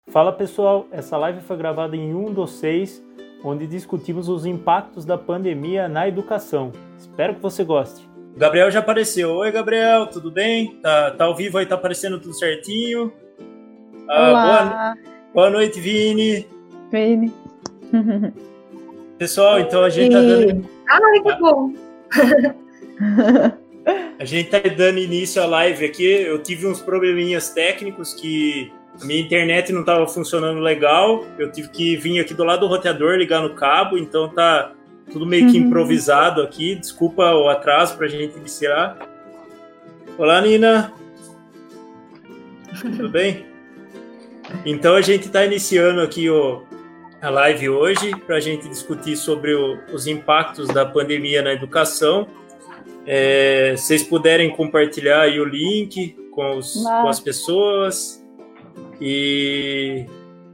Fala pessoal, essa live foi gravada em 1/6, onde discutimos os impactos da pandemia na educação. Espero que você goste. O Gabriel já apareceu. Oi Gabriel, tudo bem? Tá ao vivo aí, tá aparecendo tudo certinho? Olá! Boa noite, Vini. Vini. Pessoal, então a gente tá dando... Ai, que bom! A gente tá dando início à live aqui. Eu tive uns probleminhas técnicos que a minha internet não estava funcionando legal. Eu tive que vir aqui do lado do roteador, ligar no cabo, então tá tudo meio que improvisado aqui. Desculpa o atraso pra gente iniciar. Olá, Nina. Tudo bem? Então a gente tá iniciando aqui a live hoje para a gente discutir sobre os impactos da pandemia na educação. Se vocês puderem compartilhar aí o link com as pessoas e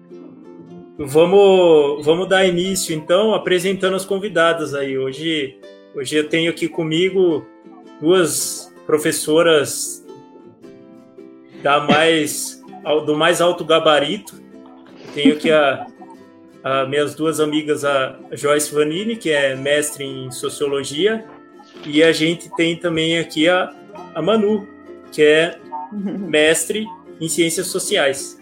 vamos dar início então apresentando as convidadas aí. Hoje eu tenho aqui comigo duas professoras do mais alto gabarito. Tenho aqui minhas duas amigas, a Joyce Vanini, que é mestre em Sociologia, e a gente tem também aqui a Manu, que é mestre em Ciências Sociais.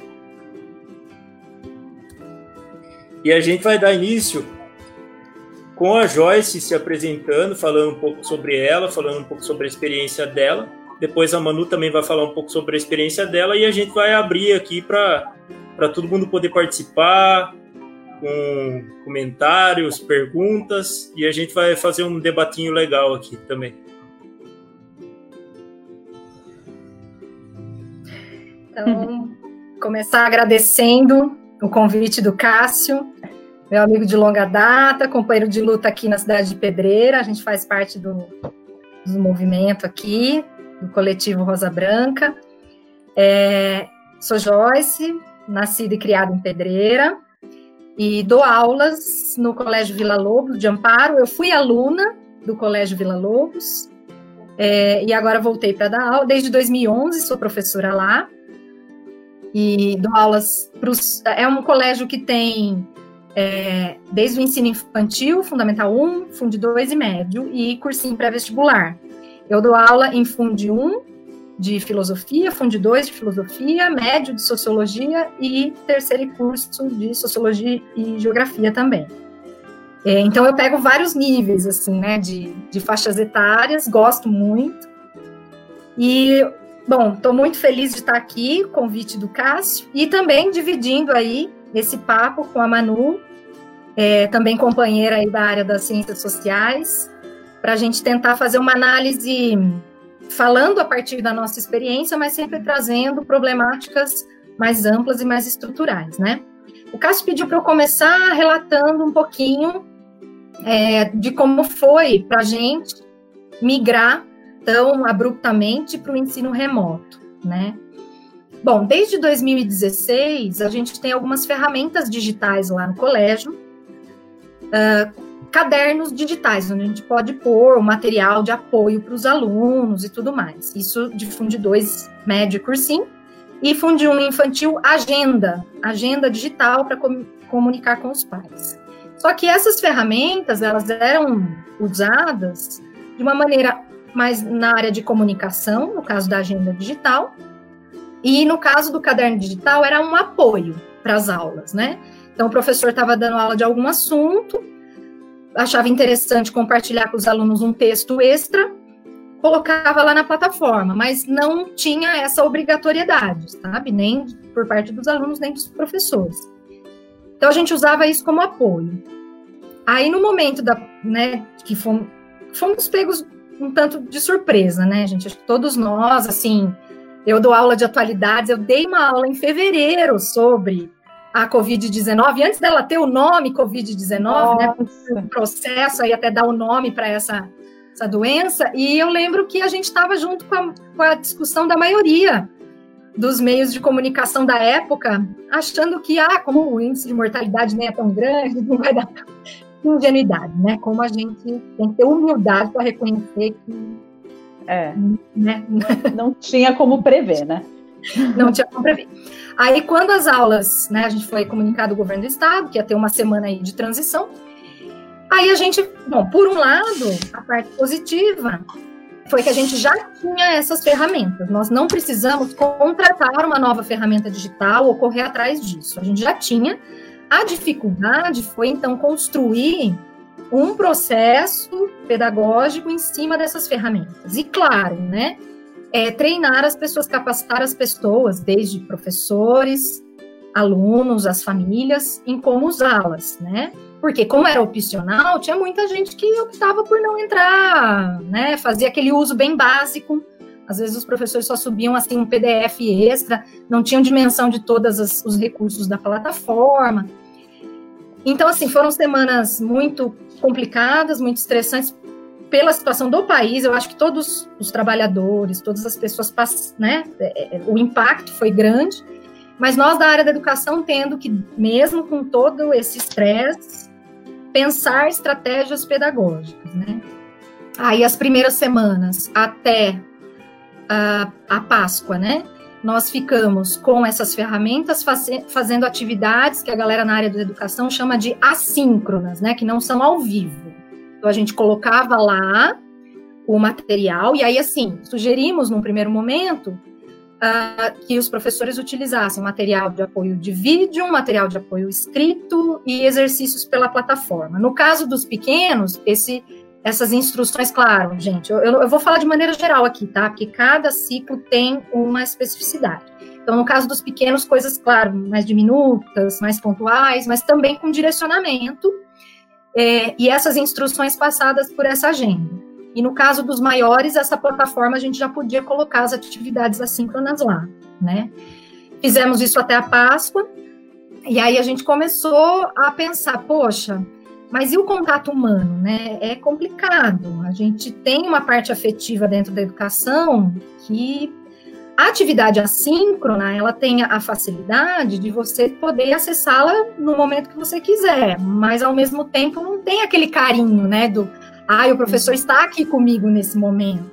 E a gente vai dar início com a Joyce se apresentando, falando um pouco sobre ela, falando um pouco sobre a experiência dela. Depois a Manu também vai falar um pouco sobre a experiência dela e a gente vai abrir aqui para todo mundo poder participar, com comentários, perguntas, e a gente vai fazer um debatinho legal aqui também. Então, começar agradecendo o convite do Cássio, meu amigo de longa data, companheiro de luta aqui na cidade de Pedreira. A gente faz parte do movimento aqui, do coletivo Rosa Branca. Sou Joyce, nascida e criada em Pedreira, e dou aulas no Colégio Vila Lobos de Amparo. Eu fui aluna do Colégio Vila Lobos, e agora voltei para dar aula. Desde 2011 sou professora lá, e dou aulas é um colégio que tem desde o ensino infantil, Fundamental 1, Fundo 2 e médio, e cursinho pré-vestibular. Eu dou aula em Fundo 1 de Filosofia, Fundo 2 de Filosofia, médio de Sociologia e terceiro curso de Sociologia e Geografia também. Então eu pego vários níveis, assim, né, de faixas etárias, gosto muito. E, bom, estou muito feliz de estar aqui, convite do Cássio, e também dividindo aí esse papo com a Manu, também companheira aí da área das ciências sociais, para a gente tentar fazer uma análise falando a partir da nossa experiência, mas sempre trazendo problemáticas mais amplas e mais estruturais, né? O Cássio pediu para eu começar relatando um pouquinho de como foi para a gente migrar tão abruptamente para o ensino remoto, né? Bom, desde 2016, a gente tem algumas ferramentas digitais lá no colégio, cadernos digitais, onde a gente pode pôr o material de apoio para os alunos e tudo mais. Isso de Fundo 2, médio e cursinho. E Fundo 1 infantil, agenda digital para comunicar com os pais. Só que essas ferramentas, elas eram usadas de uma maneira mais na área de comunicação, no caso da agenda digital, e no caso do caderno digital, era um apoio para as aulas, né? Então, o professor estava dando aula de algum assunto, achava interessante compartilhar com os alunos um texto extra, colocava lá na plataforma, mas não tinha essa obrigatoriedade, sabe? Nem por parte dos alunos, nem dos professores. Então, a gente usava isso como apoio. Aí, no momento que fomos pegos um tanto de surpresa, né, gente? Acho que todos nós, assim, eu dou aula de atualidades, eu dei uma aula em fevereiro sobre a Covid-19, antes dela ter o nome Covid-19, né, o processo aí até dar o nome para essa doença, e eu lembro que a gente estava junto com a discussão da maioria dos meios de comunicação da época, achando que, como o índice de mortalidade nem é tão grande, não vai dar ingenuidade, né, como a gente tem que ter humildade para reconhecer que... Né? Não tinha como prever, né? Não tinha como prever. Aí, quando as aulas, né, a gente foi comunicado ao governo do estado, que ia ter uma semana aí de transição, aí a gente, bom, por um lado, a parte positiva foi que a gente já tinha essas ferramentas. Nós não precisamos contratar uma nova ferramenta digital ou correr atrás disso. A gente já tinha. A dificuldade foi, então, construir um processo pedagógico em cima dessas ferramentas. E, claro, né, treinar as pessoas, capacitar as pessoas, desde professores, alunos, as famílias, em como usá-las, né? Porque, como era opcional, tinha muita gente que optava por não entrar, né? Fazia aquele uso bem básico. Às vezes, os professores só subiam, assim, um PDF extra, não tinham dimensão de todos os recursos da plataforma. Então, assim, foram semanas muito complicadas, muito estressantes pela situação do país. Eu acho que todos os trabalhadores, todas as pessoas, né? O impacto foi grande. Mas nós, da área da educação, tendo que, mesmo com todo esse estresse, pensar estratégias pedagógicas, né? Aí, as primeiras semanas, até a Páscoa, né? Nós ficamos com essas ferramentas fazendo atividades que a galera na área da educação chama de assíncronas, né? Que não são ao vivo. Então, a gente colocava lá o material, e aí, assim, sugerimos, num primeiro momento, que os professores utilizassem material de apoio de vídeo, material de apoio escrito e exercícios pela plataforma. No caso dos pequenos, essas instruções, claro, gente, eu vou falar de maneira geral aqui, tá? Porque cada ciclo tem uma especificidade. Então, no caso dos pequenos, coisas, claro, mais diminutas, mais pontuais, mas também com direcionamento, e essas instruções passadas por essa agenda. E no caso dos maiores, essa plataforma a gente já podia colocar as atividades assíncronas lá, né? Fizemos isso até a Páscoa, e aí a gente começou a pensar, poxa, mas e o contato humano, né? É complicado. A gente tem uma parte afetiva dentro da educação que a atividade assíncrona, ela tem a facilidade de você poder acessá-la no momento que você quiser, mas ao mesmo tempo não tem aquele carinho, né, o professor está aqui comigo nesse momento.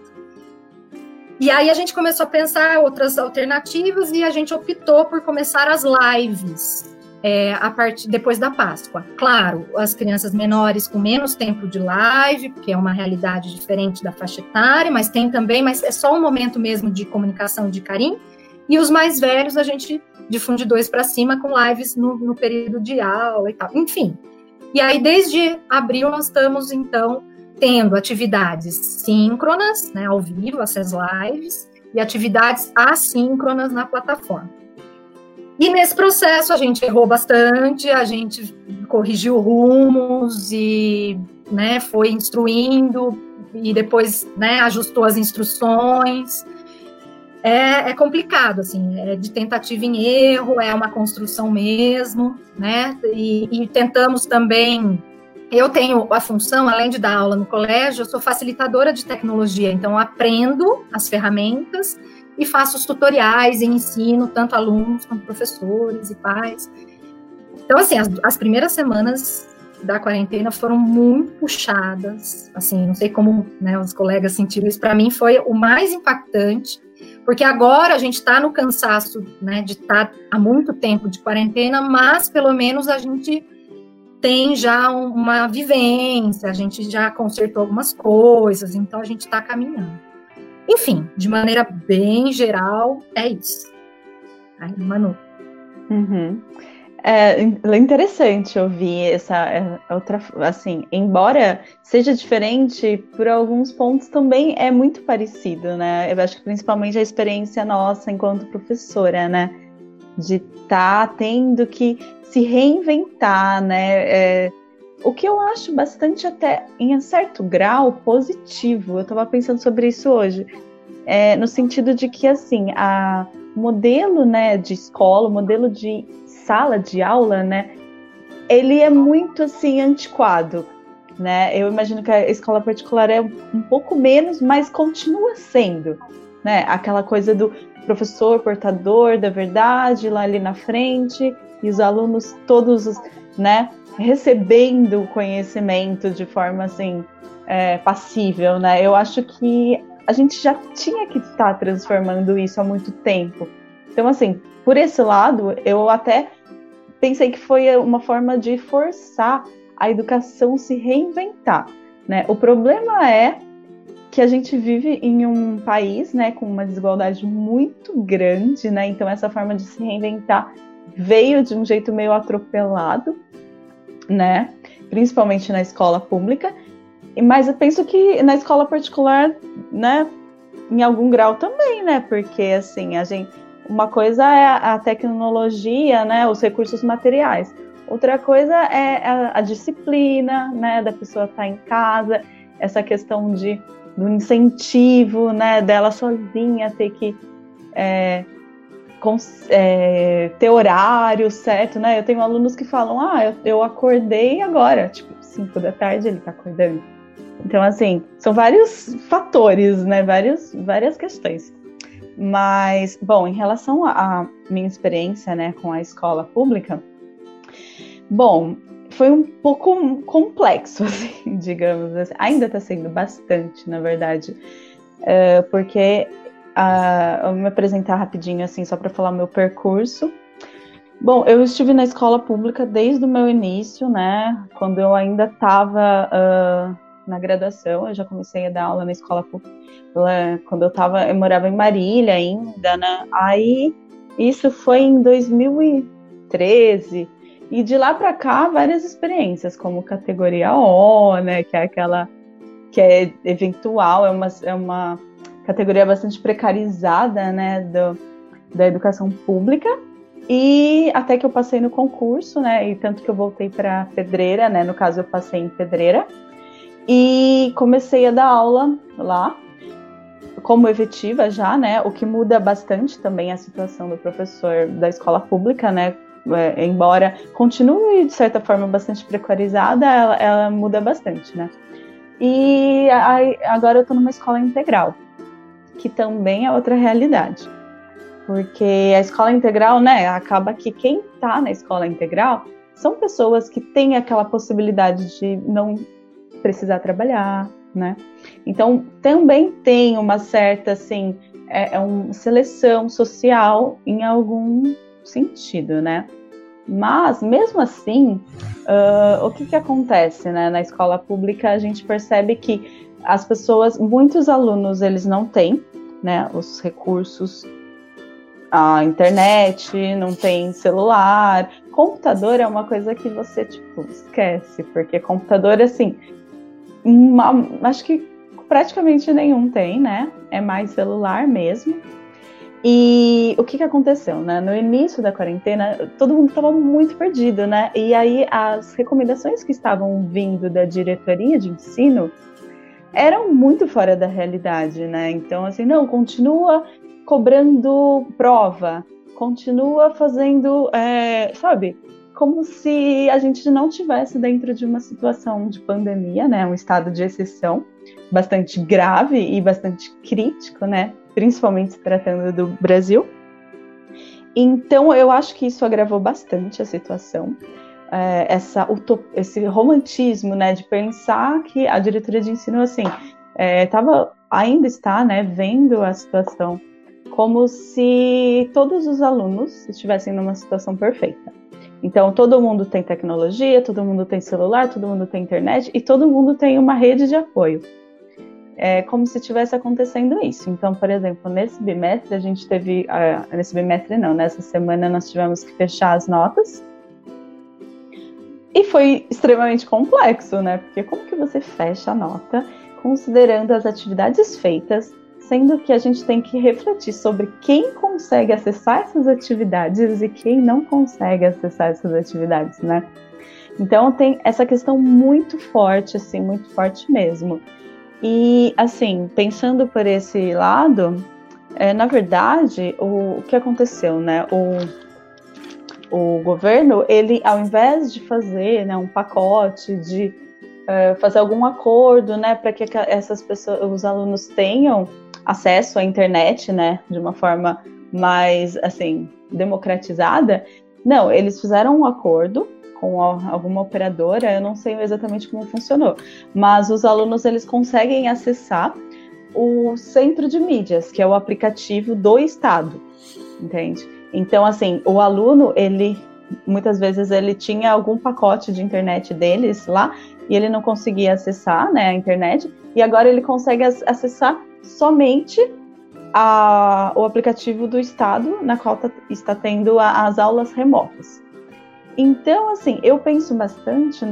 E aí a gente começou a pensar outras alternativas e a gente optou por começar as lives depois da Páscoa. Claro, as crianças menores com menos tempo de live, porque é uma realidade diferente da faixa etária, mas é só um momento mesmo de comunicação, de carinho. E os mais velhos a gente difunde 2 para cima com lives no período de aula e tal. Enfim. E aí desde abril nós estamos, então, tendo atividades síncronas, né, ao vivo, essas lives, e atividades assíncronas na plataforma. E nesse processo a gente errou bastante, a gente corrigiu rumos e, né, foi instruindo e depois, né, ajustou as instruções. É complicado, assim, é de tentativa em erro, é uma construção mesmo, né, e tentamos também. Eu tenho a função, além de dar aula no colégio, eu sou facilitadora de tecnologia, então eu aprendo as ferramentas e faço os tutoriais e ensino tanto alunos quanto professores e pais. Então, assim, as primeiras semanas da quarentena foram muito puxadas, assim, não sei como, né, os colegas sentiram isso, para mim foi o mais impactante, porque agora a gente está no cansaço, né, de estar há muito tempo de quarentena, mas pelo menos a gente tem já uma vivência, a gente já consertou algumas coisas, então a gente está caminhando. Enfim, de maneira bem geral, é isso. Aí, Manu. Uhum. É interessante ouvir essa outra, assim, embora seja diferente, por alguns pontos também é muito parecido, né? Eu acho que principalmente a experiência nossa enquanto professora, né? De estar tendo que se reinventar, né? O que eu acho bastante, até em um certo grau, positivo. Eu estava pensando sobre isso hoje, no sentido de que, assim, o modelo, né, de escola, o modelo de sala de aula, né, ele é muito, assim, antiquado, né? Eu imagino que a escola particular é um pouco menos, mas continua sendo, né? Aquela coisa do professor portador da verdade lá ali na frente e os alunos todos, né, recebendo o conhecimento de forma, assim, passível, né? Eu acho que a gente já tinha que estar transformando isso há muito tempo, Então, assim, por esse lado, eu até pensei que foi uma forma de forçar a educação se reinventar, né? O problema é que a gente vive em um país, né, com uma desigualdade muito grande, né? Então essa forma de se reinventar veio de um jeito meio atropelado, né? Principalmente na escola pública. Mas eu penso que na escola particular, né, em algum grau também, né? Porque assim, uma coisa é a tecnologia, né, os recursos materiais. Outra coisa é a disciplina, né, da pessoa estar em casa, essa questão do incentivo, né, dela sozinha ter que ter horário certo, né? Eu tenho alunos que falam, eu acordei agora, tipo, 5 da tarde ele tá acordando. Então, assim, são vários fatores, né, várias questões. Mas, bom, em relação à minha experiência, né, com a escola pública, bom, foi um pouco complexo, assim, digamos assim. Ainda está sendo bastante, na verdade, porque eu vou me apresentar rapidinho, assim, só para falar o meu percurso. Bom, eu estive na escola pública desde o meu início, né, quando eu ainda estava na graduação, eu já comecei a dar aula na escola pública, quando eu morava em Marília ainda, né, aí isso foi em 2013, e de lá para cá, várias experiências, como categoria O, né, que é aquela que é eventual, é uma categoria bastante precarizada, né, da educação pública, e até que eu passei no concurso, né, e tanto que eu voltei para Pedreira, né, no caso eu passei em Pedreira, e comecei a dar aula lá, como efetiva já, né, o que muda bastante também a situação do professor da escola pública, né, embora continue, de certa forma, bastante precarizada, ela muda bastante, né. E agora eu estou numa escola integral, que também é outra realidade. Porque a escola integral, né, acaba que quem está na escola integral são pessoas que têm aquela possibilidade de não precisar trabalhar, né. Então, também tem uma certa, assim, uma seleção social em algum sentido, né. Mas, mesmo assim, o que acontece, né? Na escola pública, a gente percebe que as pessoas, muitos alunos, eles não têm, né, os recursos, a internet, não tem celular, computador é uma coisa que você, tipo, esquece, porque computador, assim, acho que praticamente nenhum tem, né? É mais celular mesmo. E o que aconteceu, né? No início da quarentena, todo mundo estava muito perdido, né? E aí as recomendações que estavam vindo da diretoria de ensino eram muito fora da realidade, né? Então, assim, não, continua cobrando prova, continua fazendo, sabe? Como se a gente não tivesse dentro de uma situação de pandemia, né? Um estado de exceção bastante grave e bastante crítico, né? Principalmente se tratando do Brasil. Então, eu acho que isso agravou bastante a situação, esse romantismo, né, de pensar que a diretoria de ensino, assim, ainda está, né, vendo a situação como se todos os alunos estivessem numa situação perfeita. Então, todo mundo tem tecnologia, todo mundo tem celular, todo mundo tem internet e todo mundo tem uma rede de apoio. É como se estivesse acontecendo isso. Então, por exemplo, nesse bimestre a gente teve... nessa semana nós tivemos que fechar as notas. E foi extremamente complexo, né? Porque como que você fecha a nota considerando as atividades feitas, sendo que a gente tem que refletir sobre quem consegue acessar essas atividades e quem não consegue acessar essas atividades, né? Então, tem essa questão muito forte, assim, muito forte mesmo. E, assim, pensando por esse lado, na verdade, o que aconteceu, né? O governo, ele, ao invés de fazer, né, um pacote, de fazer algum acordo, né, para que essas pessoas, os alunos tenham acesso à internet, né, de uma forma mais, assim, democratizada, não, eles fizeram um acordo com alguma operadora, eu não sei exatamente como funcionou, mas os alunos, eles conseguem acessar o Centro de Mídias, que é o aplicativo do Estado, entende? Então, assim, o aluno, muitas vezes ele tinha algum pacote de internet deles lá e ele não conseguia acessar, né, a internet, e agora ele consegue acessar somente o aplicativo do Estado, na qual está tendo as aulas remotas. Então, assim, eu penso bastante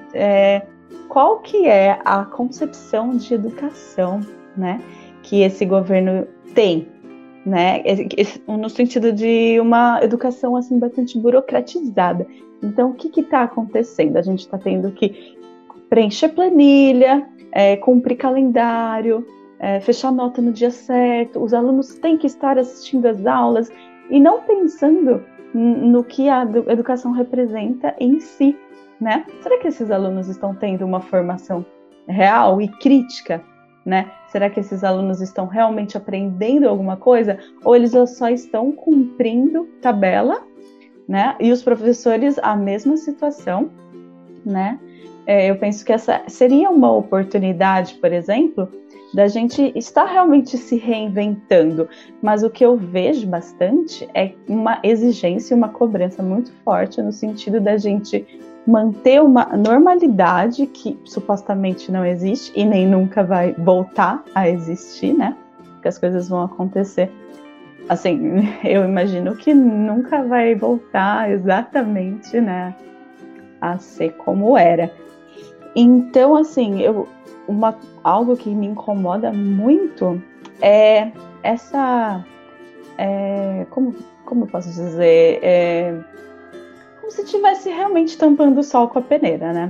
qual que é a concepção de educação, né, que esse governo tem, né, no sentido de uma educação, assim, bastante burocratizada. Então, o que está acontecendo? A gente está tendo que preencher planilha, cumprir calendário, fechar nota no dia certo, os alunos têm que estar assistindo às aulas e não pensando no que a educação representa em si, né? Será que esses alunos estão tendo uma formação real e crítica, né? Será que esses alunos estão realmente aprendendo alguma coisa? Ou eles só estão cumprindo tabela, né? E os professores, a mesma situação, né? Eu penso que essa seria uma oportunidade, por exemplo, da gente estar realmente se reinventando, mas o que eu vejo bastante é uma exigência e uma cobrança muito forte no sentido da gente manter uma normalidade que supostamente não existe e nem nunca vai voltar a existir, né? Que as coisas vão acontecer. Assim, eu imagino que nunca vai voltar exatamente, né, a ser como era. Então, assim, algo que me incomoda muito é essa... como eu posso dizer? Como se estivesse realmente tampando o sol com a peneira, né?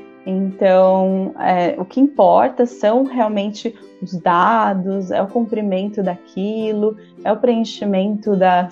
Então, o que importa são realmente os dados, é o cumprimento daquilo, é o preenchimento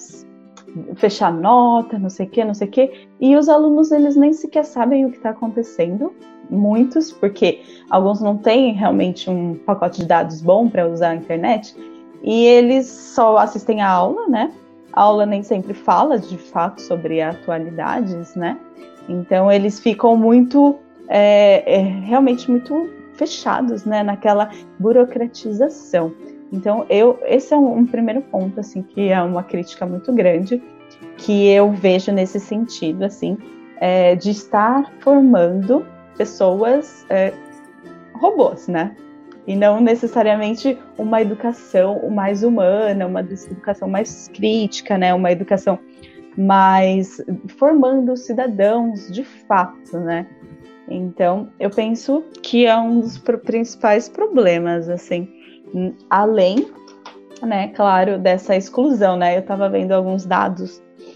fechar nota, não sei o quê, e os alunos, eles nem sequer sabem o que está acontecendo, muitos, porque alguns não têm realmente um pacote de dados bom para usar a internet, e eles só assistem a aula, né? A aula nem sempre fala, de fato, sobre atualidades, né? Então, eles ficam muito, realmente muito fechados, né? Naquela burocratização. Então, esse é um primeiro ponto, assim, que é uma crítica muito grande, que eu vejo nesse sentido, assim, de estar formando pessoas robôs, né? E não necessariamente uma educação mais humana, uma educação mais crítica, né? Uma educação mais formando cidadãos de fato, né? Então, eu penso que é um dos principais problemas, assim, além, né, claro, dessa exclusão, né? Eu estava vendo alguns dados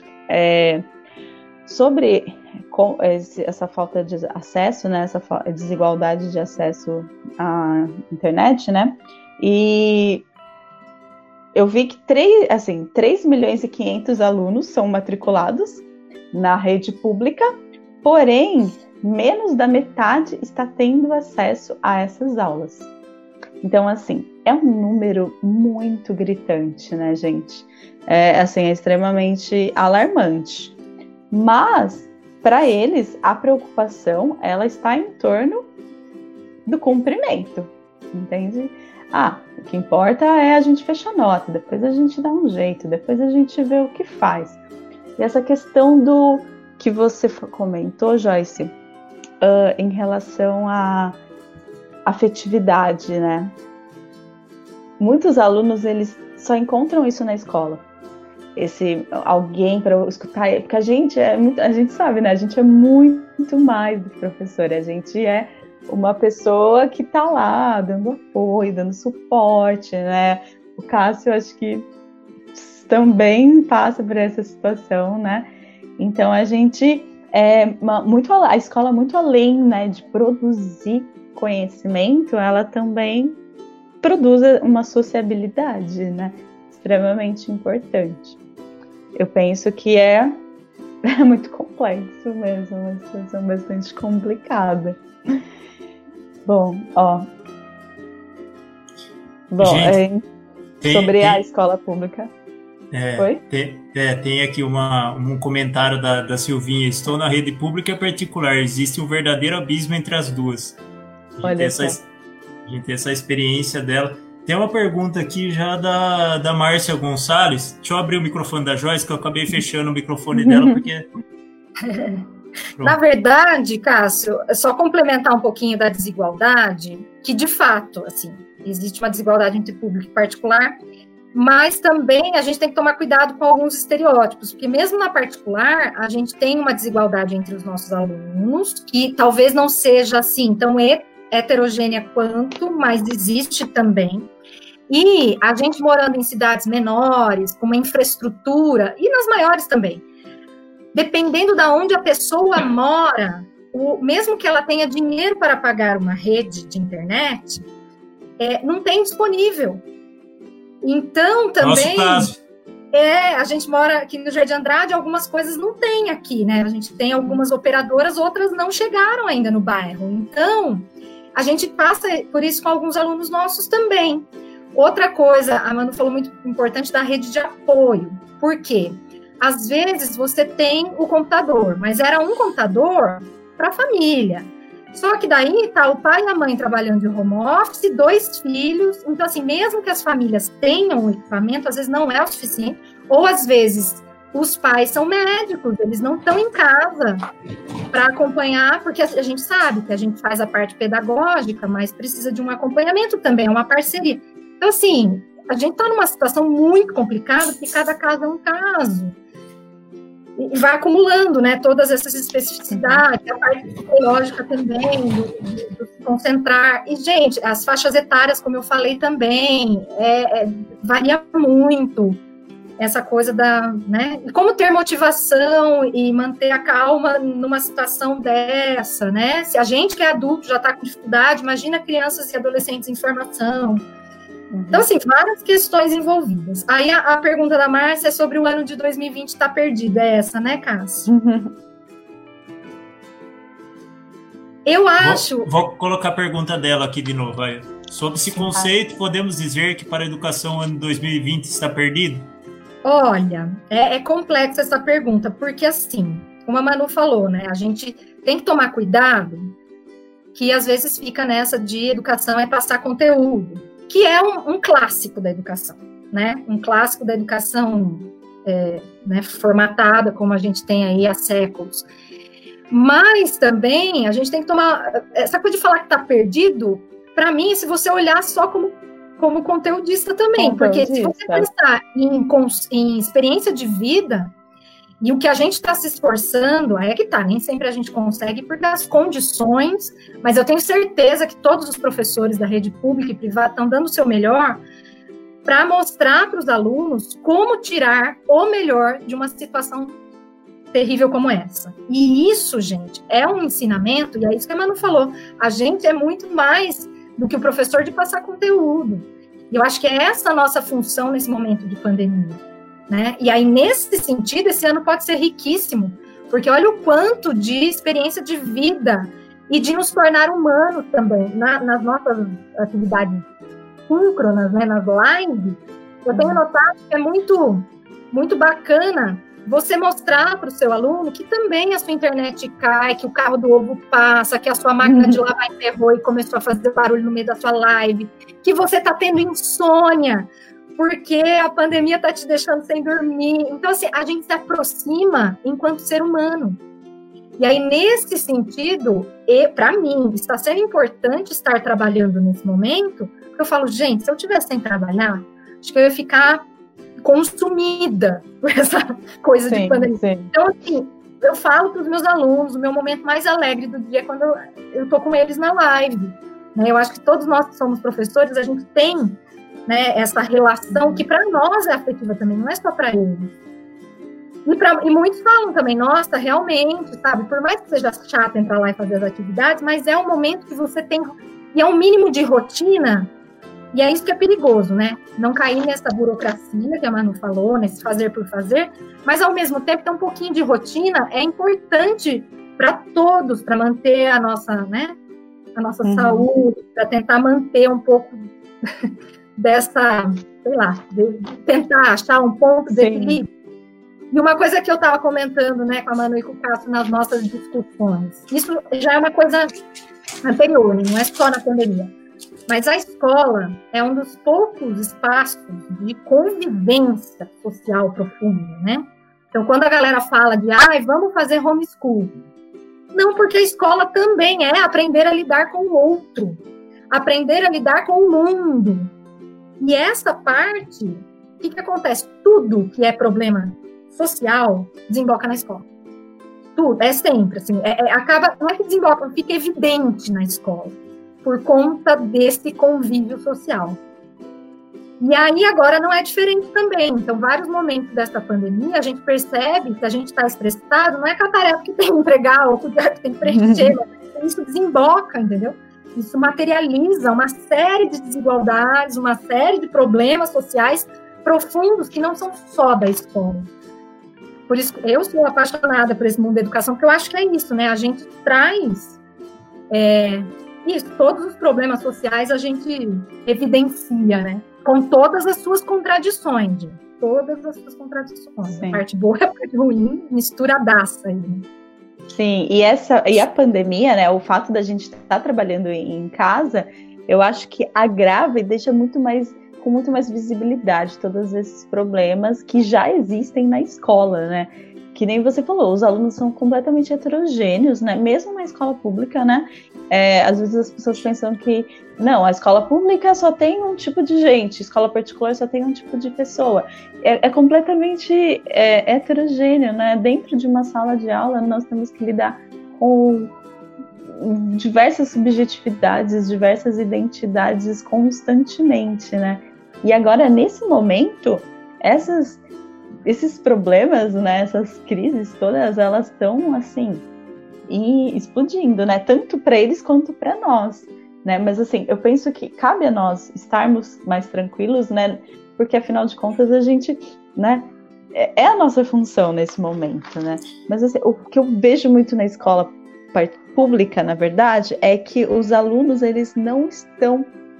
sobre essa falta de acesso, né, essa desigualdade de acesso à internet, né, e eu vi que 3 milhões e 500 alunos são matriculados na rede pública, porém, menos da metade está tendo acesso a essas aulas. Então, assim, é um número muito gritante, né, gente? É extremamente alarmante. Mas, para eles, a preocupação, ela está em torno do cumprimento, entende? O que importa é a gente fechar nota, depois a gente dá um jeito, depois a gente vê o que faz. E essa questão do que você comentou, Joyce, em relação à afetividade, né? Muitos alunos, eles só encontram isso na escola. Alguém para escutar, porque a gente sabe, né? A gente é muito mais do que professor, a gente é uma pessoa que tá lá dando apoio, dando suporte, né? O Cássio, acho que também passa por essa situação, né? Então a gente a escola, muito além, né, de produzir conhecimento, ela também produz uma sociabilidade, né? Extremamente importante. Eu penso que é muito complexo mesmo, uma situação bastante complicada. Bom, sobre a escola pública. Oi? Tem aqui um comentário da Silvinha. Estou na rede pública e particular. Existe um verdadeiro abismo entre as duas. A gente tem essa experiência dela. Tem uma pergunta aqui já da Márcia Gonçalves. Deixa eu abrir o microfone da Joyce, que eu acabei fechando o microfone dela, porque... Na verdade, Cássio, é só complementar um pouquinho da desigualdade, que de fato, assim, existe uma desigualdade entre público e particular, mas também a gente tem que tomar cuidado com alguns estereótipos, porque mesmo na particular, a gente tem uma desigualdade entre os nossos alunos, que talvez não seja assim tão heterogênea quanto, mas existe também. E a gente morando em cidades menores, com uma infraestrutura, e nas maiores também, dependendo de onde a pessoa mora, mesmo que ela tenha dinheiro para pagar uma rede de internet, não tem disponível. Então, também... Nosso caso. A gente mora aqui no Jardim Andrade, algumas coisas não tem aqui, né? A gente tem algumas operadoras, outras não chegaram ainda no bairro. Então, a gente passa por isso com alguns alunos nossos também. Outra coisa, a Manu falou muito importante da rede de apoio. Por quê? Às vezes você tem o computador, mas era um computador para a família. Só que daí tá o pai e a mãe trabalhando de home office, 2 filhos. Então, assim, mesmo que as famílias tenham o equipamento, às vezes não é o suficiente. Ou, às vezes, os pais são médicos, eles não estão em casa para acompanhar, porque a gente sabe que a gente faz a parte pedagógica, mas precisa de um acompanhamento também, é uma parceria. Então, assim, a gente está numa situação muito complicada, porque cada caso é um caso. E vai acumulando, né, todas essas especificidades, a parte psicológica também, do se concentrar. E, gente, as faixas etárias, como eu falei também, varia muito essa coisa né, e como ter motivação e manter a calma numa situação dessa, né? Se a gente que é adulto já está com dificuldade, imagina crianças e adolescentes em formação. Então, assim, várias questões envolvidas. Aí a pergunta da Márcia é sobre o ano de 2020 estar perdido. É essa, né, Cássio? Eu acho... Vou colocar a pergunta dela aqui de novo. Aí. Sob esse conceito, podemos dizer que para a educação o ano de 2020 está perdido? Olha, é complexa essa pergunta, porque, assim, como a Manu falou, né, a gente tem que tomar cuidado, que às vezes fica nessa de educação é passar conteúdo, que é um clássico da educação, né? Um clássico da educação né, formatada, como a gente tem aí há séculos. Mas também a gente tem que tomar... Essa coisa de falar que está perdido, para mim, se você olhar só como conteudista também, porque se você pensar em experiência de vida, e o que a gente está se esforçando, aí é que tá, nem sempre a gente consegue por as condições, mas eu tenho certeza que todos os professores da rede pública e privada estão dando o seu melhor para mostrar para os alunos como tirar o melhor de uma situação terrível como essa. E isso, gente, é um ensinamento, e é isso que a Manu falou, a gente é muito mais do que o professor de passar conteúdo. E eu acho que é essa a nossa função nesse momento de pandemia. Né? E aí, nesse sentido, esse ano pode ser riquíssimo, porque olha o quanto de experiência de vida e de nos tornar humanos também, nas nossas atividades síncronas, né, nas lives. Eu tenho notado que é muito, muito bacana você mostrar para o seu aluno que também a sua internet cai, que o carro do ovo passa, que a sua máquina de lavar enterrou e começou a fazer barulho no meio da sua live, que você está tendo insônia, porque a pandemia está te deixando sem dormir. Então, assim, a gente se aproxima enquanto ser humano. E aí, nesse sentido, para mim, está sendo importante estar trabalhando nesse momento, porque eu falo, gente, se eu estivesse sem trabalhar, acho que eu ia ficar consumida por essa coisa de pandemia. Sim. Então, assim, eu falo para os meus alunos, o meu momento mais alegre do dia é quando eu estou com eles na live. Né? Eu acho que todos nós que somos professores, a gente tem, né, essa relação que para nós é afetiva também, não é só para eles. E muitos falam também, nossa, realmente, sabe, por mais que seja chato entrar lá e fazer as atividades, mas é um momento que você tem, e é um mínimo de rotina, e é isso que é perigoso, né? Não cair nessa burocracia que a Manu falou, nesse fazer por fazer, mas ao mesmo tempo ter um pouquinho de rotina é importante para todos, para manter a nossa, né, a nossa saúde, para tentar manter um pouco dessa, sei lá, de tentar achar um ponto de equilíbrio. E uma coisa que eu estava comentando, né, com a Manu e com o Cássio nas nossas discussões, isso já é uma coisa anterior, não é só na pandemia. Mas a escola é um dos poucos espaços de convivência social profunda, né? Então, quando a galera fala de, vamos fazer homeschool, não, porque a escola também é aprender a lidar com o outro, aprender a lidar com o mundo. E essa parte, o que acontece? Tudo que é problema social desemboca na escola. Tudo, é sempre, assim, acaba, não é que desemboca, fica evidente na escola, por conta desse convívio social. E aí agora não é diferente também. Então, vários momentos dessa pandemia, a gente percebe que a gente está estressado, não é com a tarefa que tem que entregar ou com o que tem que preencher, mas isso desemboca, entendeu? Isso materializa uma série de desigualdades, uma série de problemas sociais profundos que não são só da escola. Por isso, eu sou apaixonada por esse mundo da educação, porque eu acho que é isso, né? A gente traz isso, todos os problemas sociais a gente evidencia, né? Com todas as suas contradições, gente. Todas as suas contradições. Sim. A parte boa e a parte ruim, misturadaça aí, né? Sim, e a pandemia, né, o fato da gente estar trabalhando em casa, eu acho que agrava e deixa com muito mais visibilidade todos esses problemas que já existem na escola, né? Que nem você falou, os alunos são completamente heterogêneos, né? Mesmo na escola pública, né? Às vezes as pessoas pensam que, não, a escola pública só tem um tipo de gente, a escola particular só tem um tipo de pessoa. É completamente heterogêneo, né? Dentro de uma sala de aula, nós temos que lidar com diversas subjetividades, diversas identidades constantemente, né? E agora, nesse momento, esses problemas, né, essas crises todas, elas estão, assim, explodindo, né? Tanto para eles quanto para nós, né? Mas, assim, eu penso que cabe a nós estarmos mais tranquilos, né? Porque, afinal de contas, a gente, né? É a nossa função nesse momento, né? Mas, assim, o que eu vejo muito na escola pública, na verdade, é que os alunos, eles não estão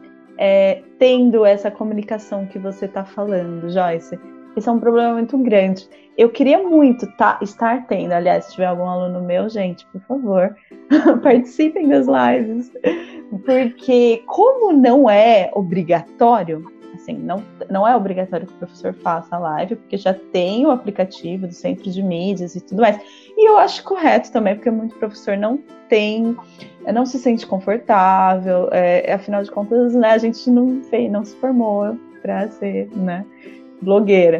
tendo essa comunicação que você está falando, Joyce. Esse é um problema muito grande. Eu queria muito estar tendo, aliás, se tiver algum aluno meu, gente, por favor, participem das lives, porque como não é obrigatório, assim, não é obrigatório que o professor faça a live, porque já tem o aplicativo do Centro de Mídias e tudo mais, e eu acho correto também, porque muito professor não se sente confortável, afinal de contas, né, a gente não se formou para ser, né, blogueira,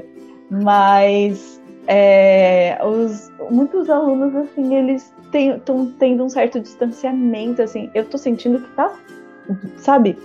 mas muitos alunos, assim, eles estão tendo um certo distanciamento, assim, eu tô sentindo que tá, sabe,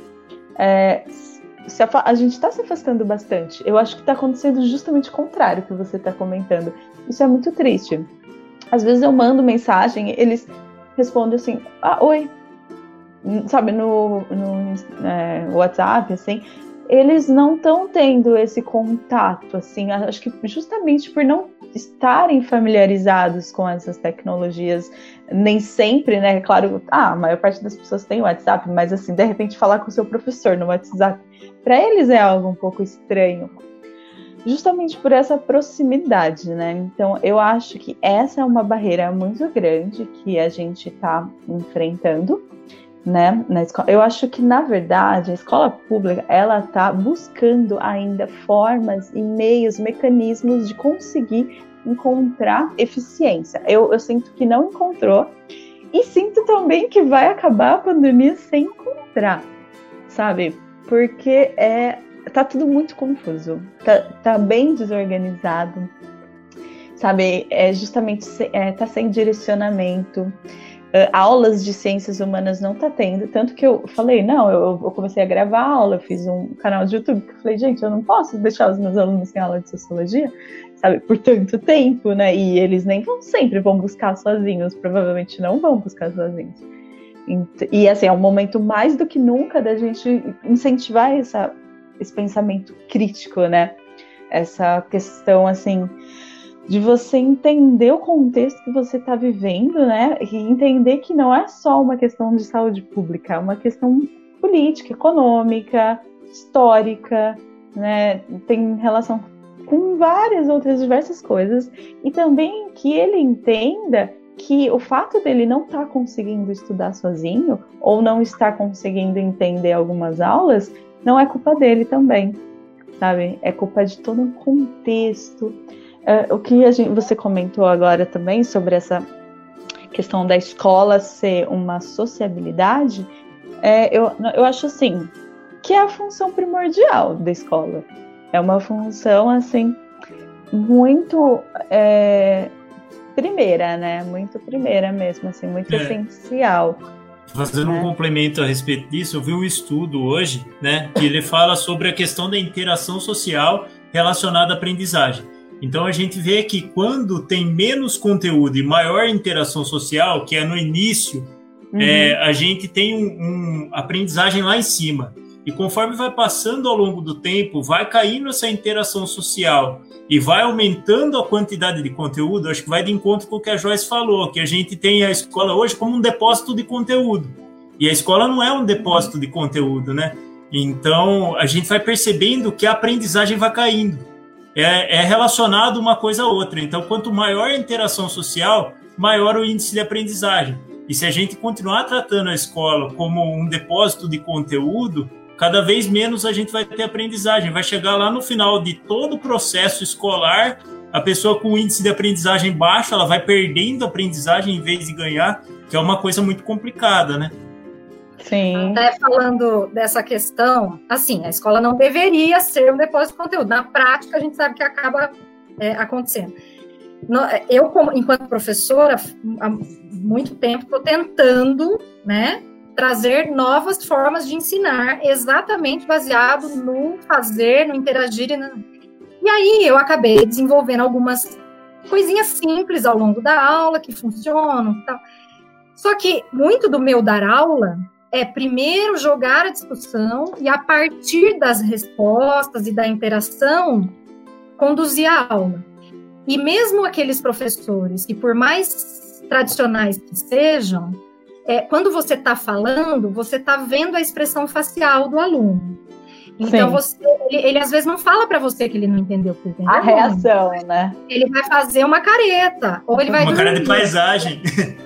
a gente tá se afastando bastante. Eu acho que tá acontecendo justamente o contrário que você tá comentando. Isso é muito triste. Às vezes eu mando mensagem, eles respondem assim, oi, sabe, no WhatsApp, assim, eles não estão tendo esse contato, assim, acho que justamente por não estarem familiarizados com essas tecnologias, nem sempre, né, claro, a maior parte das pessoas tem o WhatsApp, mas assim, de repente falar com o seu professor no WhatsApp, para eles é algo um pouco estranho, justamente por essa proximidade, né, então eu acho que essa é uma barreira muito grande que a gente está enfrentando, né, na escola. Eu acho que, na verdade, a escola pública, ela está buscando ainda formas e meios, mecanismos de conseguir encontrar eficiência. Eu sinto que não encontrou e sinto também que vai acabar a pandemia sem encontrar, sabe? Porque tá tudo muito confuso, tá bem desorganizado, sabe? Justamente tá sem direcionamento. Aulas de ciências humanas não tá tendo, tanto que eu falei, eu comecei a gravar aula, eu fiz um canal de YouTube, que eu falei, gente, eu não posso deixar os meus alunos sem aula de sociologia, sabe, por tanto tempo, né, e eles nem sempre vão buscar sozinhos, provavelmente não vão buscar sozinhos, e assim, é um momento mais do que nunca da gente incentivar esse pensamento crítico, né, essa questão, assim, de você entender o contexto que você está vivendo, né? E entender que não é só uma questão de saúde pública, é uma questão política, econômica, histórica, né? Tem relação com várias outras diversas coisas. E também que ele entenda que o fato dele não estar conseguindo estudar sozinho ou não estar conseguindo entender algumas aulas não é culpa dele também, sabe? É culpa de todo um contexto. O que você comentou agora também sobre essa questão da escola ser uma sociabilidade, eu acho assim, que é a função primordial da escola. É uma função, assim, muito primeira, né? Muito primeira mesmo, assim, muito essencial. Fazendo um complemento a respeito disso, eu vi um estudo hoje, né, que ele fala sobre a questão da interação social relacionada à aprendizagem. Então, a gente vê que quando tem menos conteúdo e maior interação social, que é no início, a gente tem uma aprendizagem lá em cima. E conforme vai passando ao longo do tempo, vai caindo essa interação social e vai aumentando a quantidade de conteúdo. Acho que vai de encontro com o que a Joyce falou, que a gente tem a escola hoje como um depósito de conteúdo. E a escola não é um depósito de conteúdo, né? Então, a gente vai percebendo que a aprendizagem vai caindo. É relacionado uma coisa a outra. Então, quanto maior a interação social, maior o índice de aprendizagem. E se a gente continuar tratando a escola como um depósito de conteúdo, cada vez menos a gente vai ter aprendizagem. Vai chegar lá no final de todo o processo escolar, a pessoa com índice de aprendizagem baixo, ela vai perdendo aprendizagem em vez de ganhar, que é uma coisa muito complicada, né? Sim. Até falando dessa questão, assim, a escola não deveria ser um depósito de conteúdo. Na prática, a gente sabe que acaba acontecendo. Eu, enquanto professora, há muito tempo estou tentando, né, trazer novas formas de ensinar, exatamente baseado no fazer, no interagir. E aí eu acabei desenvolvendo algumas coisinhas simples ao longo da aula, que funcionam e tal. Só que muito do meu dar aula é primeiro jogar a discussão e, a partir das respostas e da interação, conduzir a aula. E mesmo aqueles professores que, por mais tradicionais que sejam, quando você está falando, você está vendo a expressão facial do aluno. Então, ele às vezes não fala para você que ele não entendeu o que entendeu. A reação, né? Ele vai fazer uma careta. Ou ele vai uma cara de paisagem.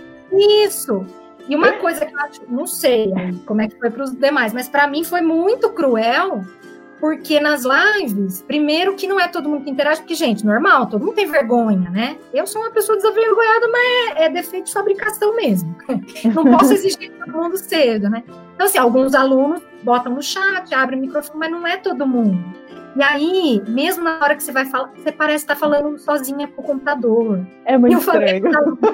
Isso. E uma coisa que eu acho, não sei como é que foi para os demais, mas para mim foi muito cruel, porque nas lives, primeiro que não é todo mundo que interage, porque, gente, normal, todo mundo tem vergonha, né? Eu sou uma pessoa desavergonhada, mas é defeito de fabricação mesmo. Não posso exigir que todo mundo seja, né? Então, assim, alguns alunos botam no chat, abrem o microfone, mas não é todo mundo. E aí, mesmo na hora que você vai falar, você parece estar falando sozinha pro computador. É muito estranho.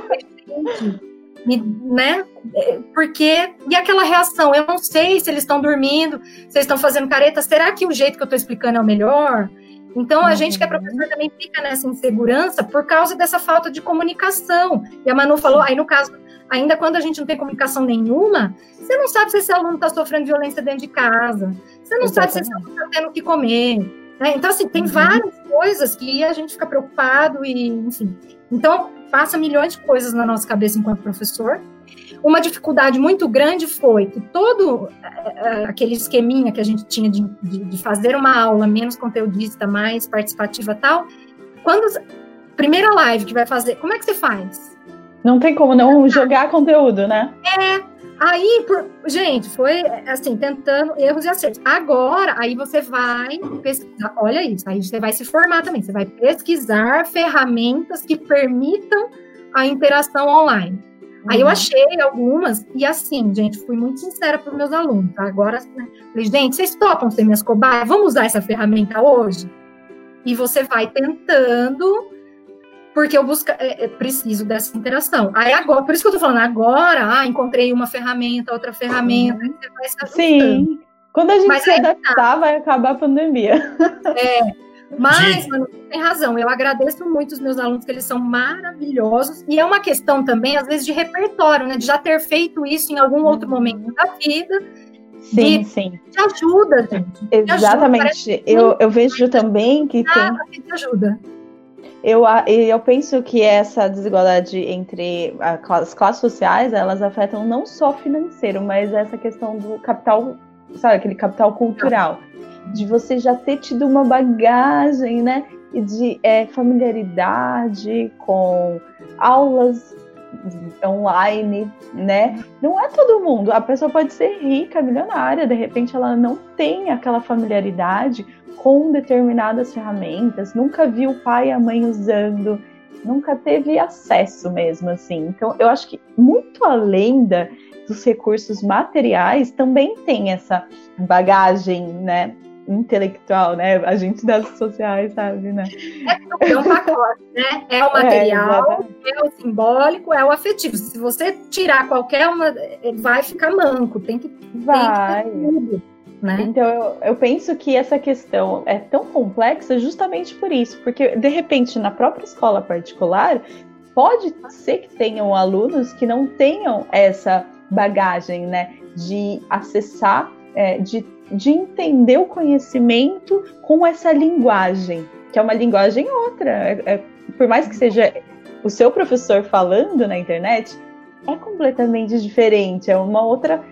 Né? Porque, e aquela reação, eu não sei se eles estão dormindo, se eles estão fazendo careta, será que o jeito que eu estou explicando é o melhor? Então, a gente que é professor também fica nessa insegurança por causa dessa falta de comunicação. E a Manu falou, aí no caso, ainda quando a gente não tem comunicação nenhuma, você não sabe se esse aluno está sofrendo violência dentro de casa, você não sabe se esse aluno está tendo o que comer, né? Então, assim, tem várias coisas que a gente fica preocupado e, enfim. Então, passa milhões de coisas na nossa cabeça enquanto professor. Uma dificuldade muito grande foi que todo aquele esqueminha que a gente tinha de fazer uma aula menos conteudista, mais participativa e tal, primeira live que vai fazer, como é que você faz? Não tem como não jogar conteúdo, né? Aí, gente, foi assim, tentando erros e acertos. Agora, aí você vai pesquisar, olha isso, aí você vai se formar também, você vai pesquisar ferramentas que permitam a interação online. Aí eu achei algumas, e assim, gente, fui muito sincera para os meus alunos, tá? Agora, né, falei, gente, vocês topam ser minhas cobaias? Vamos usar essa ferramenta hoje? E você vai tentando, porque eu preciso dessa interação. Aí agora, por isso que eu tô falando, agora, encontrei uma ferramenta, outra ferramenta, aí você vai se ajustando. Sim, quando a gente se adaptar, vai acabar a pandemia. Mas, Manu, tem razão, eu agradeço muito os meus alunos, que eles são maravilhosos, e é uma questão também, às vezes, de repertório, né, de já ter feito isso em algum outro momento da vida. Sim. Te ajuda, gente. Exatamente. Eu vejo também que tem... Te ajuda. Eu penso que essa desigualdade entre as classes sociais, elas afetam não só financeiro, mas essa questão do capital, sabe, aquele capital cultural, de você já ter tido uma bagagem, né, e de familiaridade com aulas online, né? Não é todo mundo. A pessoa pode ser rica, milionária, de repente ela não tem aquela familiaridade com determinadas ferramentas, nunca viu o pai e a mãe usando, nunca teve acesso mesmo, assim. Então, eu acho que muito além dos recursos materiais, também tem essa bagagem, né, intelectual, né? A gente das sociais sabe, né? É um pacote, né? É o material, é o simbólico, é o afetivo. Se você tirar qualquer uma, vai ficar manco. Tem que ter tudo, né? Então, eu penso que essa questão é tão complexa justamente por isso, porque, de repente, na própria escola particular, pode ser que tenham alunos que não tenham essa bagagem, né, de acessar, de entender o conhecimento com essa linguagem, que é uma linguagem outra. Por mais que seja o seu professor falando na internet, é completamente diferente, é uma outra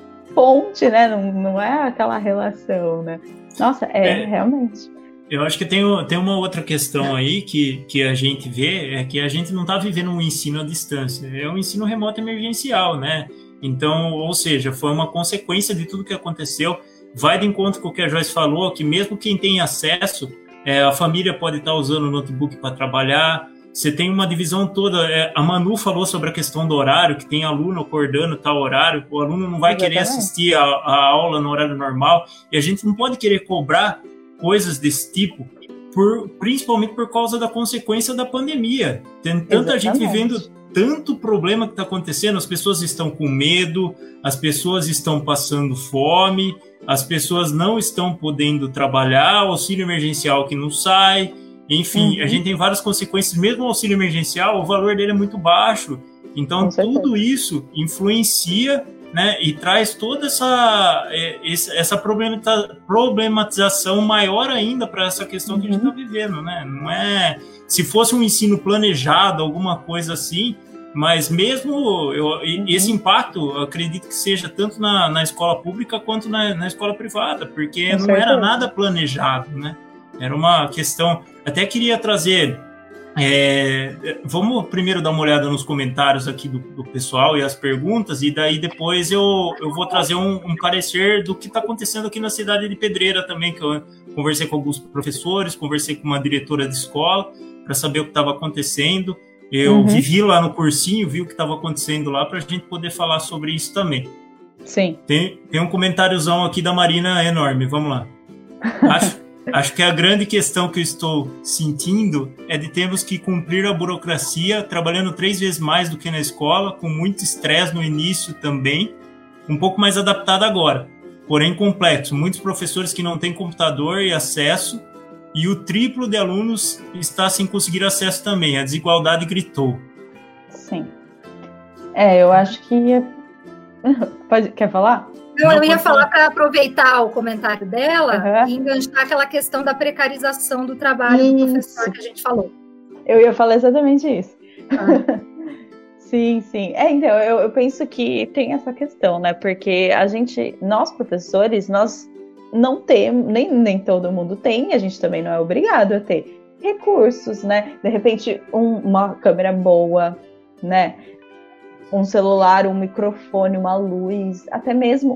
fonte, né? Não é aquela relação, né? Nossa, realmente. Eu acho que tem uma outra questão aí que a gente vê, é que a gente não está vivendo um ensino à distância, é um ensino remoto emergencial, né? Então, ou seja, foi uma consequência de tudo que aconteceu. Vai de encontro com o que a Joyce falou, que mesmo quem tem acesso, a família pode estar usando o notebook para trabalhar. Você tem uma divisão toda. A Manu falou sobre a questão do horário, que tem aluno acordando tal horário, o aluno não vai querer assistir a aula no horário normal, e a gente não pode querer cobrar coisas desse tipo, principalmente por causa da consequência da pandemia. Tem tanta gente vivendo tanto problema que está acontecendo, as pessoas estão com medo, as pessoas estão passando fome, as pessoas não estão podendo trabalhar, auxílio emergencial que não sai, enfim, a gente tem várias consequências. Mesmo o auxílio emergencial, o valor dele é muito baixo, então tudo isso influencia, né, e traz toda essa problematização maior ainda para essa questão que a gente está vivendo, né? Não é, se fosse um ensino planejado, alguma coisa assim, mas mesmo esse impacto, eu acredito que seja tanto na escola pública quanto na escola privada, porque não era nada planejado, né? Era uma questão. Até queria trazer. Vamos primeiro dar uma olhada nos comentários aqui do pessoal e as perguntas, e daí depois eu vou trazer um parecer do que está acontecendo aqui na cidade de Pedreira também, que eu conversei com alguns professores, conversei com uma diretora de escola para saber o que estava acontecendo. Eu vivi lá no cursinho, vi o que estava acontecendo lá, para a gente poder falar sobre isso também. Sim. Tem um comentáriozão aqui da Marina enorme, vamos lá. Acho que a grande questão que eu estou sentindo é de termos que cumprir a burocracia, trabalhando 3 vezes mais do que na escola, com muito estresse no início também, um pouco mais adaptado agora, porém complexo. Muitos professores que não têm computador e acesso, e o triplo de alunos está sem conseguir acesso também. A desigualdade gritou. Sim. Eu acho que... Quer falar? Eu ia falar para aproveitar o comentário dela e enganchar aquela questão da precarização do trabalho do professor que a gente falou. Eu ia falar exatamente isso. Sim. Então, eu penso que tem essa questão, né? Porque nós professores, nós não temos, nem todo mundo tem, a gente também não é obrigado a ter recursos, né? De repente, uma câmera boa, né? Um celular, um microfone, uma luz, até mesmo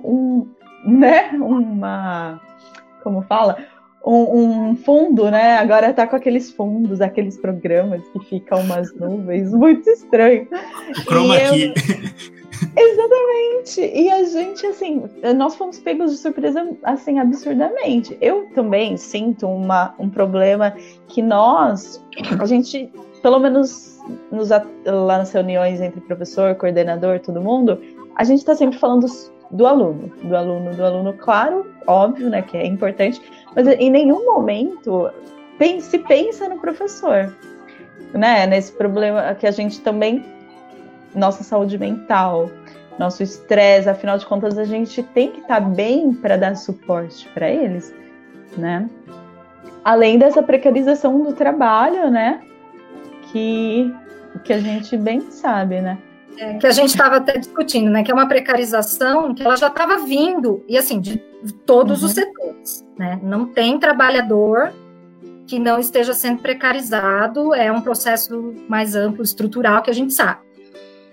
como fala? Um fundo, né? Agora tá com aqueles fundos, aqueles programas que ficam umas nuvens, muito estranho. O chroma key. Exatamente. E a gente, assim, nós fomos pegos de surpresa, assim, absurdamente. Eu também sinto um problema que a gente, pelo menos lá nas reuniões entre professor, coordenador, todo mundo, a gente está sempre falando do aluno, claro, óbvio, né, que é importante, mas em nenhum momento se pensa no professor, né, nesse problema que a gente também, nossa saúde mental, nosso estresse, afinal de contas a gente tem que estar bem para dar suporte para eles, né, além dessa precarização do trabalho, né, que a gente bem sabe, né? Que a gente estava até discutindo, né? Que é uma precarização que ela já estava vindo, e assim, de todos os setores, né? Não tem trabalhador que não esteja sendo precarizado, é um processo mais amplo, estrutural, que a gente sabe.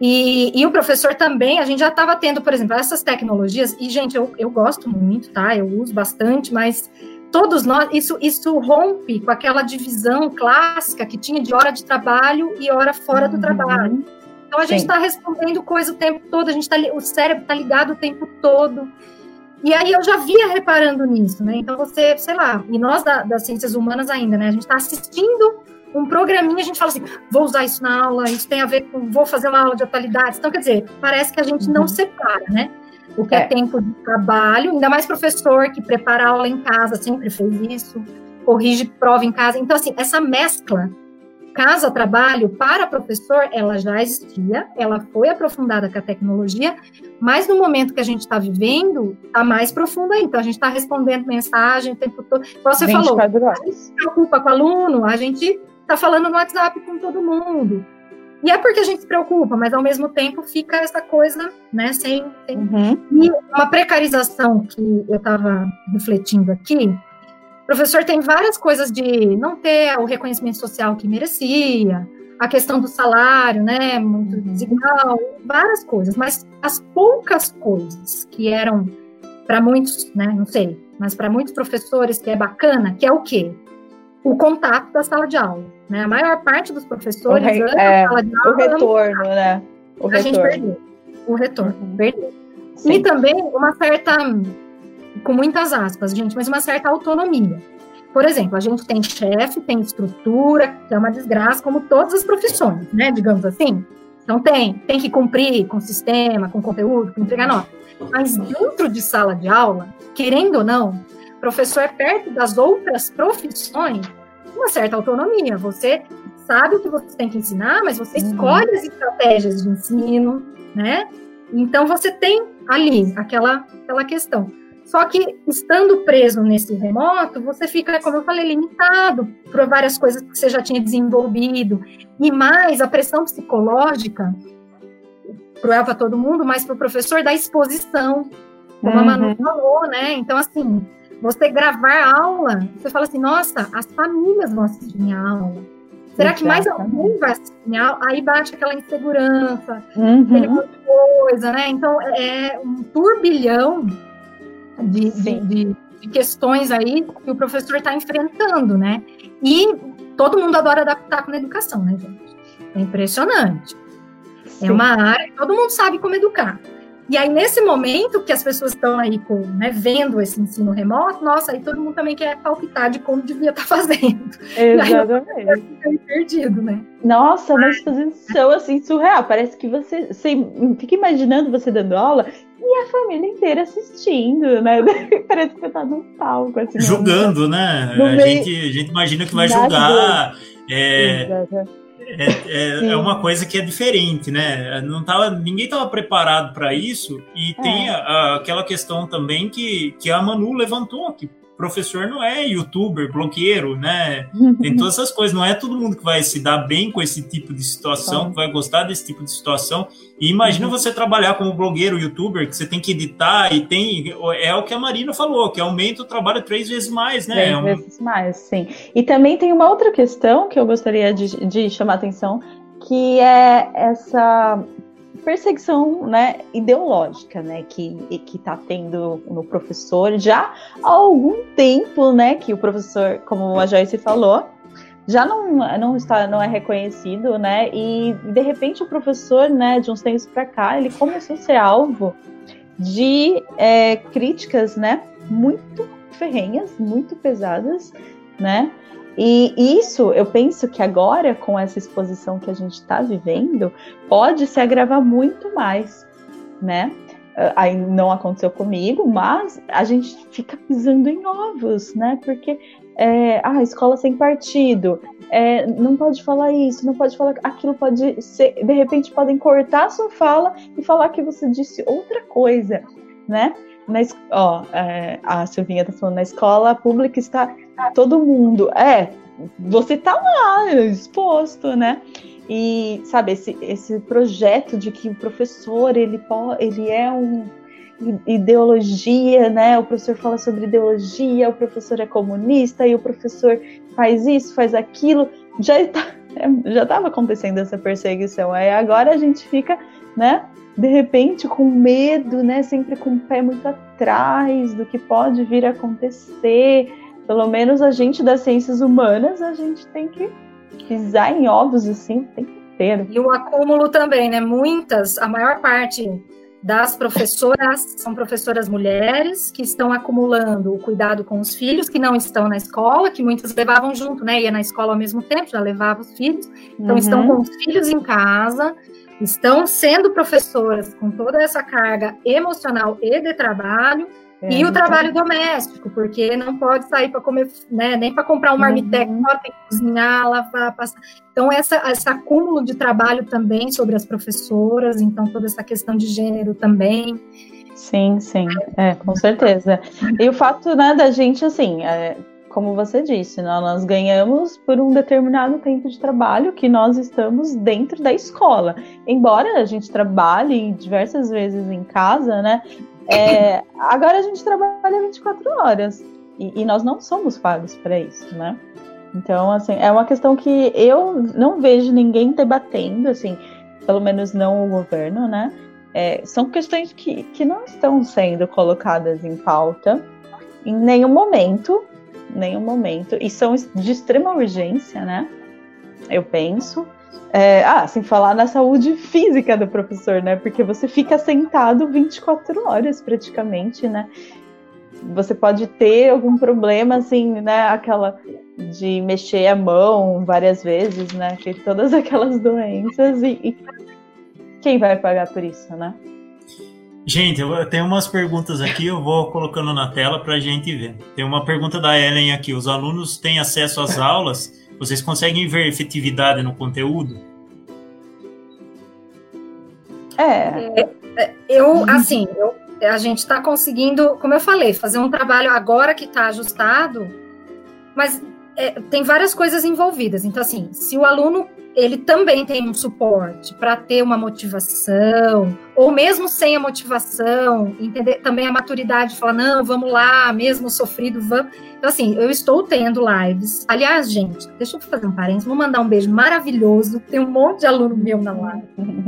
E o professor também, a gente já estava tendo, por exemplo, essas tecnologias, e, gente, eu gosto muito, tá? Eu uso bastante, mas todos nós, isso rompe com aquela divisão clássica que tinha de hora de trabalho e hora fora do trabalho. Então, a gente está respondendo coisa o tempo todo, o cérebro está ligado o tempo todo. E aí, eu já via reparando nisso, né? Então, você, sei lá, e nós das ciências humanas ainda, né? A gente está assistindo um programinha, a gente fala assim, vou usar isso na aula, isso tem a ver com, vou fazer uma aula de atualidades. Então, quer dizer, parece que a gente não separa, né? O que é tempo de trabalho, ainda mais professor que prepara a aula em casa, sempre fez isso, corrige prova em casa. Então, assim, essa mescla casa-trabalho para professor, ela já existia, ela foi aprofundada com a tecnologia, mas no momento que a gente está vivendo, está mais profunda aí. Então, a gente está respondendo mensagem o tempo todo. Como você falou, a gente se preocupa com o aluno, a gente está falando no WhatsApp com todo mundo. E é porque a gente se preocupa, mas ao mesmo tempo fica essa coisa, né, sem... E uma precarização que eu estava refletindo aqui, o professor tem várias coisas de não ter o reconhecimento social que merecia, a questão do salário, né, muito desigual, várias coisas, mas as poucas coisas que eram para muitos, né, não sei, mas para muitos professores que é bacana, que é o quê? O contato da sala de aula, né? A maior parte dos professores da sala de aula... O retorno, né? A gente perdeu. O retorno, perdeu. Sim. E também uma certa, com muitas aspas, gente, mas uma certa autonomia. Por exemplo, a gente tem chefe, tem estrutura, que é uma desgraça, como todas as profissões, né? Digamos assim. Então tem que cumprir com sistema, com conteúdo, com entregar nota. Mas dentro de sala de aula, querendo ou não, professor é perto das outras profissões, uma certa autonomia. Você sabe o que você tem que ensinar, mas você escolhe as estratégias de ensino, né? Então, você tem ali aquela questão. Só que, estando preso nesse remoto, você fica, como eu falei, limitado por várias coisas que você já tinha desenvolvido. E mais, a pressão psicológica, cruel para todo mundo, mas para o professor, da exposição, como a Manu falou, né? Então, assim... Você gravar aula, você fala assim, nossa, as famílias vão assistir minha aula. Será que mais alguém vai assistir minha aula? Aí bate aquela insegurança, aquele monte de coisa, né? Então, é um turbilhão de questões aí que o professor está enfrentando, né? E todo mundo adora adaptar com a educação, né, gente? É impressionante. Sim. É uma área que todo mundo sabe como educar. E aí, nesse momento que as pessoas estão aí vendo esse ensino remoto, nossa, aí todo mundo também quer palpitar de como devia estar fazendo. Exatamente. Aí fica perdido, né? Nossa, uma exposição assim surreal. Parece que você fica imaginando você dando aula e a família inteira assistindo, né? Parece que você tá num palco. Assim, julgando, né? A gente imagina que vai julgar. É uma coisa que é diferente, né? Ninguém estava preparado para isso, e tem aquela questão também que a Manu levantou, que professor não é youtuber, blogueiro, né? Tem todas essas coisas, não é todo mundo que vai se dar bem com esse tipo de situação, que vai gostar desse tipo de situação. E imagina você trabalhar como blogueiro, youtuber, que você tem que editar, e é o que a Marina falou, que aumenta o trabalho 3 vezes mais, né? 3 vezes mais, sim. E também tem uma outra questão que eu gostaria de chamar a atenção, que é essa perseguição, né, ideológica, né, que está tendo no professor já há algum tempo, né, que o professor, como a Joyce falou, já não é reconhecido, né, e de repente o professor, né, de uns tempos para cá, ele começou a ser alvo de críticas, né, muito ferrenhas, muito pesadas, né. E isso, eu penso que agora, com essa exposição que a gente está vivendo, pode se agravar muito mais, né? Aí não aconteceu comigo, mas a gente fica pisando em ovos, né? Porque escola sem partido, não pode falar isso, não pode falar aquilo, pode ser, de repente podem cortar a sua fala e falar que você disse outra coisa, né? A Silvinha tá falando, na escola pública está todo mundo. Você tá lá exposto, né? E, sabe, esse projeto de que o professor, ele é uma ideologia, né? O professor fala sobre ideologia, o professor é comunista, e o professor faz isso, faz aquilo. Já estava acontecendo essa perseguição. Aí agora a gente fica né? De repente, com medo, né? Sempre com o pé muito atrás do que pode vir a acontecer. Pelo menos a gente das ciências humanas, a gente tem que pisar em ovos assim o tempo inteiro. E o acúmulo também, né? A maior parte das professoras são professoras mulheres que estão acumulando o cuidado com os filhos que não estão na escola, que muitas levavam junto, né? Ia na escola ao mesmo tempo, já levava os filhos. Então, estão com os filhos em casa, estão sendo professoras com toda essa carga emocional e de trabalho, e o trabalho doméstico, porque não pode sair para comer, né, nem para comprar um marmitex, tem que cozinhar, lavar, passar. Então, esse acúmulo de trabalho também sobre as professoras, então toda essa questão de gênero também. Sim, com certeza. E o fato, né, da gente, assim, como você disse, nós ganhamos por um determinado tempo de trabalho que nós estamos dentro da escola. Embora a gente trabalhe diversas vezes em casa, né, agora a gente trabalha 24 horas e nós não somos pagos para isso, né? Então, assim, é uma questão que eu não vejo ninguém debatendo, assim, pelo menos não o governo, né? São questões que não estão sendo colocadas em pauta em nenhum momento, e são de extrema urgência, né? Eu penso. Sem falar na saúde física do professor, né? Porque você fica sentado 24 horas praticamente, né? Você pode ter algum problema, assim, né? Aquela de mexer a mão várias vezes, né? Que todas aquelas doenças e quem vai pagar por isso, né? Gente, eu tenho umas perguntas aqui, eu vou colocando na tela para a gente ver. Tem uma pergunta da Ellen aqui. Os alunos têm acesso às aulas? Vocês conseguem ver efetividade no conteúdo? A gente está conseguindo, como eu falei, fazer um trabalho agora que está ajustado, mas tem várias coisas envolvidas. Então, assim, se o aluno ele também tem um suporte para ter uma motivação, ou mesmo sem a motivação, entender também a maturidade, falar, não, vamos lá, mesmo sofrido, vamos. Então, assim, eu estou tendo lives. Aliás, gente, deixa eu fazer um parênteses, vou mandar um beijo maravilhoso, tem um monte de aluno meu na live.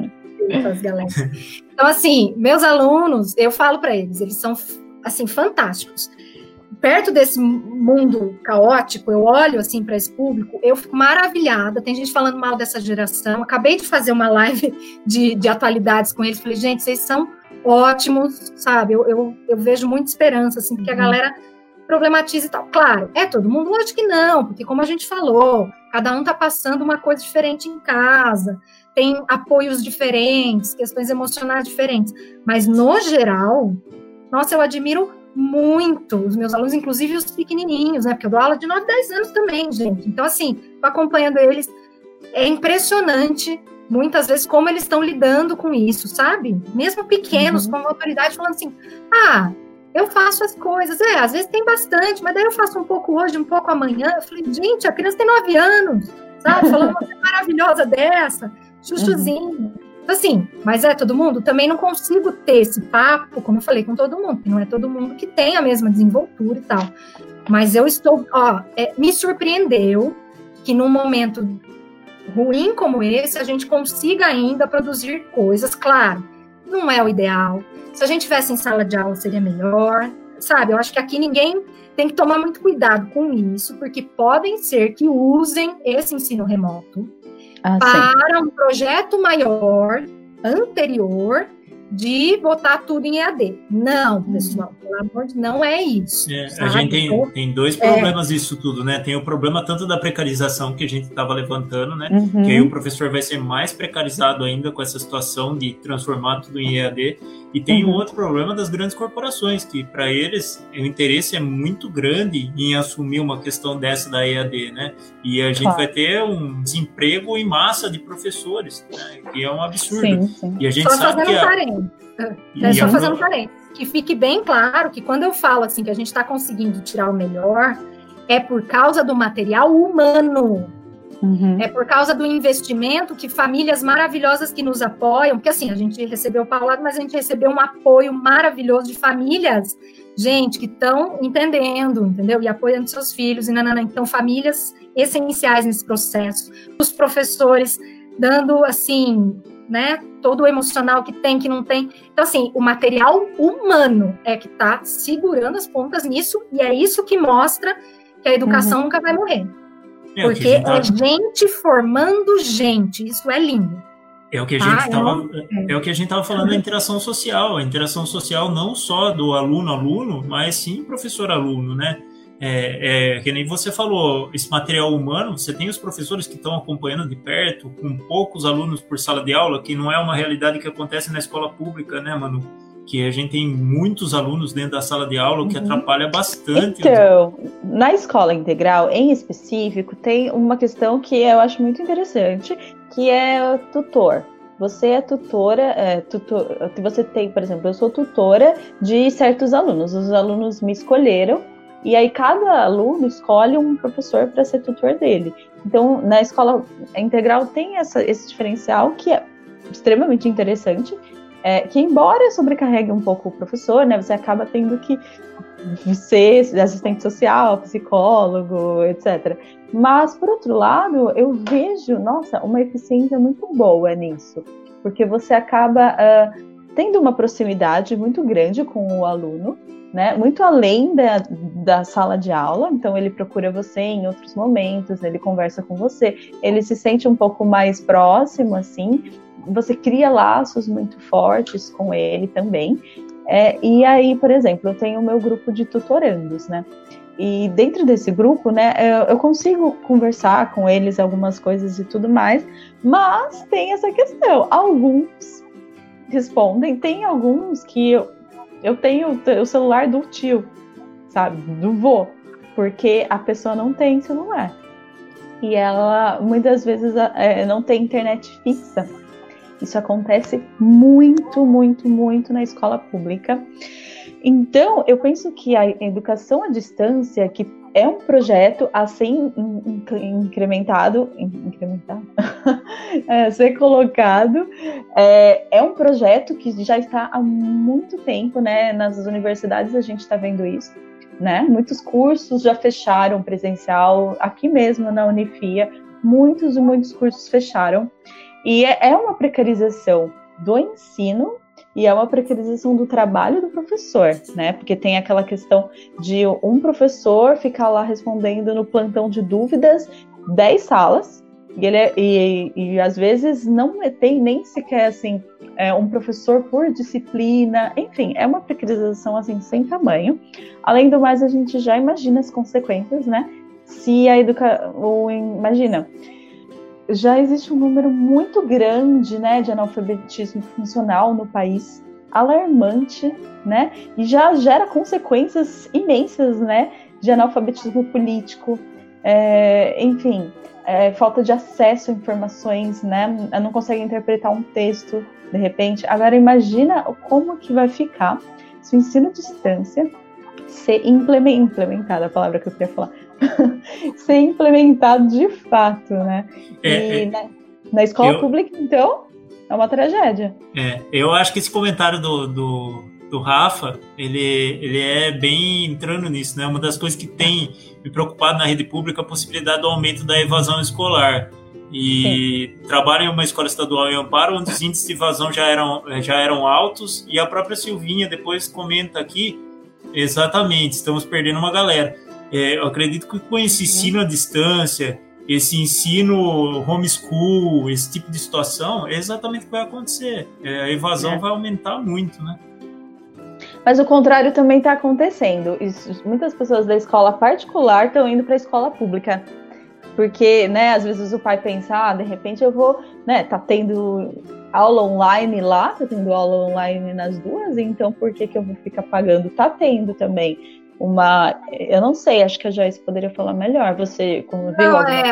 Então, assim, meus alunos, eu falo para eles são, assim, fantásticos. Perto desse mundo caótico, eu olho assim para esse público, eu fico maravilhada. Tem gente falando mal dessa geração. Acabei de fazer uma live de atualidades com eles. Falei, gente, vocês são ótimos, sabe? Eu vejo muita esperança, assim, porque a galera problematiza e tal. Claro, todo mundo? Lógico que não, porque como a gente falou, cada um tá passando uma coisa diferente em casa, tem apoios diferentes, questões emocionais diferentes. Mas, no geral, nossa, eu admiro muito os meus alunos, inclusive os pequenininhos, né? Porque eu dou aula de 9, 10 anos também, gente. Então, assim, tô acompanhando eles. É impressionante, muitas vezes, como eles estão lidando com isso, sabe? Mesmo pequenos, com autoridade, falando assim, eu faço as coisas. Às vezes tem bastante, mas daí eu faço um pouco hoje, um pouco amanhã. Eu falei, gente, a criança tem 9 anos, sabe? Falando uma coisa maravilhosa dessa, chuchuzinho. Assim, mas todo mundo? Também não consigo ter esse papo, como eu falei, com todo mundo, porque não é todo mundo que tem a mesma desenvoltura e tal. Mas eu estou, me surpreendeu que num momento ruim como esse, a gente consiga ainda produzir coisas. Claro, não é o ideal. Se a gente tivesse em sala de aula, seria melhor, sabe? Eu acho que aqui ninguém tem que tomar muito cuidado com isso, porque podem ser que usem esse ensino remoto para um projeto maior, anterior, de botar tudo em EAD. Não, pessoal, pelo amor de Deus, não é isso. A gente tem dois problemas disso tudo, né? Tem o problema tanto da precarização que a gente estava levantando, né? Que aí o professor vai ser mais precarizado ainda com essa situação de transformar tudo em EAD. E tem o outro problema das grandes corporações, que para eles o interesse é muito grande em assumir uma questão dessa da EAD, né? E a gente vai ter um desemprego em massa de professores, né? Que é um absurdo. Sim. E a gente sabe que só fazendo um parênteses. Que fique bem claro que quando eu falo assim que a gente está conseguindo tirar o melhor, é por causa do material humano. É por causa do investimento que famílias maravilhosas que nos apoiam, porque assim, a gente recebeu o Paulado, mas a gente recebeu um apoio maravilhoso de famílias, gente, que estão entendendo, entendeu? E apoiando seus filhos, então famílias essenciais nesse processo, os professores dando, assim, né? Todo o emocional que tem, que não tem. Então, assim, o material humano é que está segurando as pontas nisso, e é isso que mostra que a educação nunca vai morrer. Porque é gente formando gente, isso é lindo. É o que a gente estava falando da interação social. A interação social não só do aluno-aluno, mas sim professor-aluno, né? Que nem você falou, esse material humano, você tem os professores que estão acompanhando de perto, com poucos alunos por sala de aula, que não é uma realidade que acontece na escola pública, né, Manu? Que a gente tem muitos alunos dentro da sala de aula, o que atrapalha bastante. Então, na escola integral, em específico, tem uma questão que eu acho muito interessante, que é o tutor. Você é tutora, você tem, por exemplo, eu sou tutora de certos alunos, os alunos me escolheram, e aí cada aluno escolhe um professor para ser tutor dele. Então, na escola integral tem esse diferencial que é extremamente interessante, que embora sobrecarregue um pouco o professor, né, você acaba tendo que ser assistente social, psicólogo, etc. Mas, por outro lado, eu vejo, uma eficiência muito boa nisso, porque você acaba tendo uma proximidade muito grande com o aluno, né, muito além da sala de aula. Então ele procura você em outros momentos, ele conversa com você, ele se sente um pouco mais próximo, assim, você cria laços muito fortes com ele também. E aí, por exemplo, eu tenho o meu grupo de tutorandos, né? E dentro desse grupo, né, eu consigo conversar com eles algumas coisas e tudo mais, mas tem essa questão. Alguns respondem, tem alguns que eu tenho o celular do tio, sabe, do vô, porque a pessoa não tem celular. E ela, muitas vezes, não tem internet fixa. Isso acontece muito, muito, muito na escola pública. Então, eu penso que a educação à distância, que é um projeto a ser incrementado, ser colocado, é um projeto que já está há muito tempo, né? Nas universidades a gente está vendo isso, né? Muitos cursos já fecharam presencial, aqui mesmo na Unifia, muitos cursos fecharam. E é uma precarização do ensino e é uma precarização do trabalho do professor, né? Porque tem aquela questão de um professor ficar lá respondendo no plantão de dúvidas 10 salas, e às vezes não tem nem sequer assim, um professor por disciplina. Enfim, é uma precarização assim, sem tamanho. Além do mais, a gente já imagina as consequências, né? Se imagina, já existe um número muito grande, né, de analfabetismo funcional no país, alarmante, né, e já gera consequências imensas, né, de analfabetismo político, enfim, falta de acesso a informações, né, não consegue interpretar um texto, de repente. Agora imagina como que vai ficar se o ensino à distância ser implementado, a palavra que eu queria falar, ser implementado de fato, né? Na escola pública, então, é uma tragédia. Eu acho que esse comentário do Rafa, ele é bem entrando nisso, né? Uma das coisas que tem me preocupado na rede pública é a possibilidade do aumento da evasão escolar. E trabalho em uma escola estadual em Amparo, onde os índices de evasão já eram altos, e a própria Silvinha depois comenta aqui, exatamente, estamos perdendo uma galera. Eu acredito que com esse ensino à distância, esse ensino homeschool, esse tipo de situação, é exatamente o que vai acontecer. A evasão vai aumentar muito, né? Mas o contrário também está acontecendo. Muitas pessoas da escola particular estão indo para a escola pública. Porque, né, às vezes o pai pensa, de repente eu vou, né, tá tendo aula online lá, tá tendo aula online nas duas, então por que eu vou ficar pagando? Tá tendo também eu não sei, acho que a Joyce poderia falar melhor. Você, como viu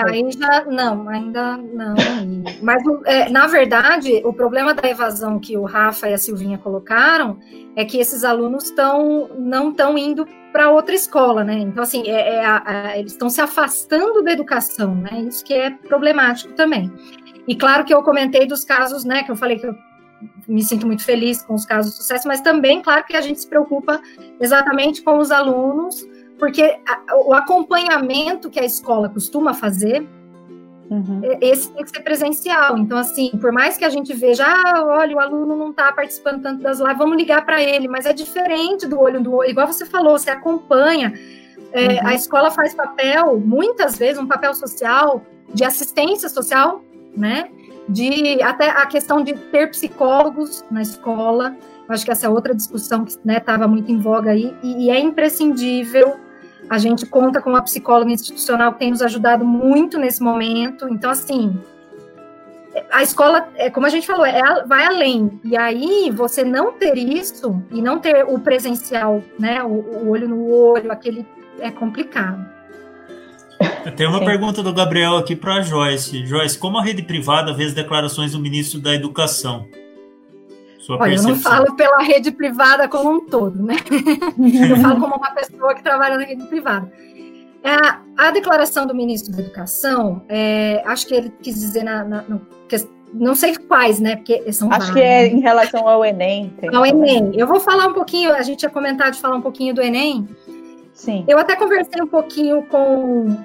ainda não. Mas, na verdade, o problema da evasão que o Rafa e a Silvinha colocaram é que esses alunos não estão indo para outra escola, né? Então, assim, eles estão se afastando da educação, né? Isso que é problemático também. E claro que eu comentei dos casos, né, que eu falei que eu me sinto muito feliz com os casos de sucesso, mas também, claro, que a gente se preocupa exatamente com os alunos, porque o acompanhamento que a escola costuma fazer esse tem que ser presencial. Então, assim, por mais que a gente veja, olha, o aluno não está participando tanto das lives, vamos ligar para ele, mas é diferente do olho no olho, igual você falou, você acompanha. A escola faz papel, muitas vezes, um papel social, de assistência social, né? Até a questão de ter psicólogos na escola. Eu acho que essa é outra discussão que estava muito em voga aí, e é imprescindível. A gente conta com uma psicóloga institucional que tem nos ajudado muito nesse momento. Então, assim, a escola, como a gente falou, vai além. E aí, você não ter isso e não ter o presencial, né, o olho no olho, é complicado. Tem uma pergunta do Gabriel aqui para a Joyce. Joyce, como a rede privada vê as declarações do ministro da Educação? Olha, eu não falo pela rede privada como um todo, né? Eu falo como uma pessoa que trabalha na rede privada. A declaração do ministro da Educação, acho que ele quis dizer, não sei quais, né? Porque são vários. Acho que é em relação ao Enem. Ao Enem. Eu vou falar um pouquinho, a gente tinha comentado de falar um pouquinho do Enem. Sim. Eu até conversei um pouquinho com...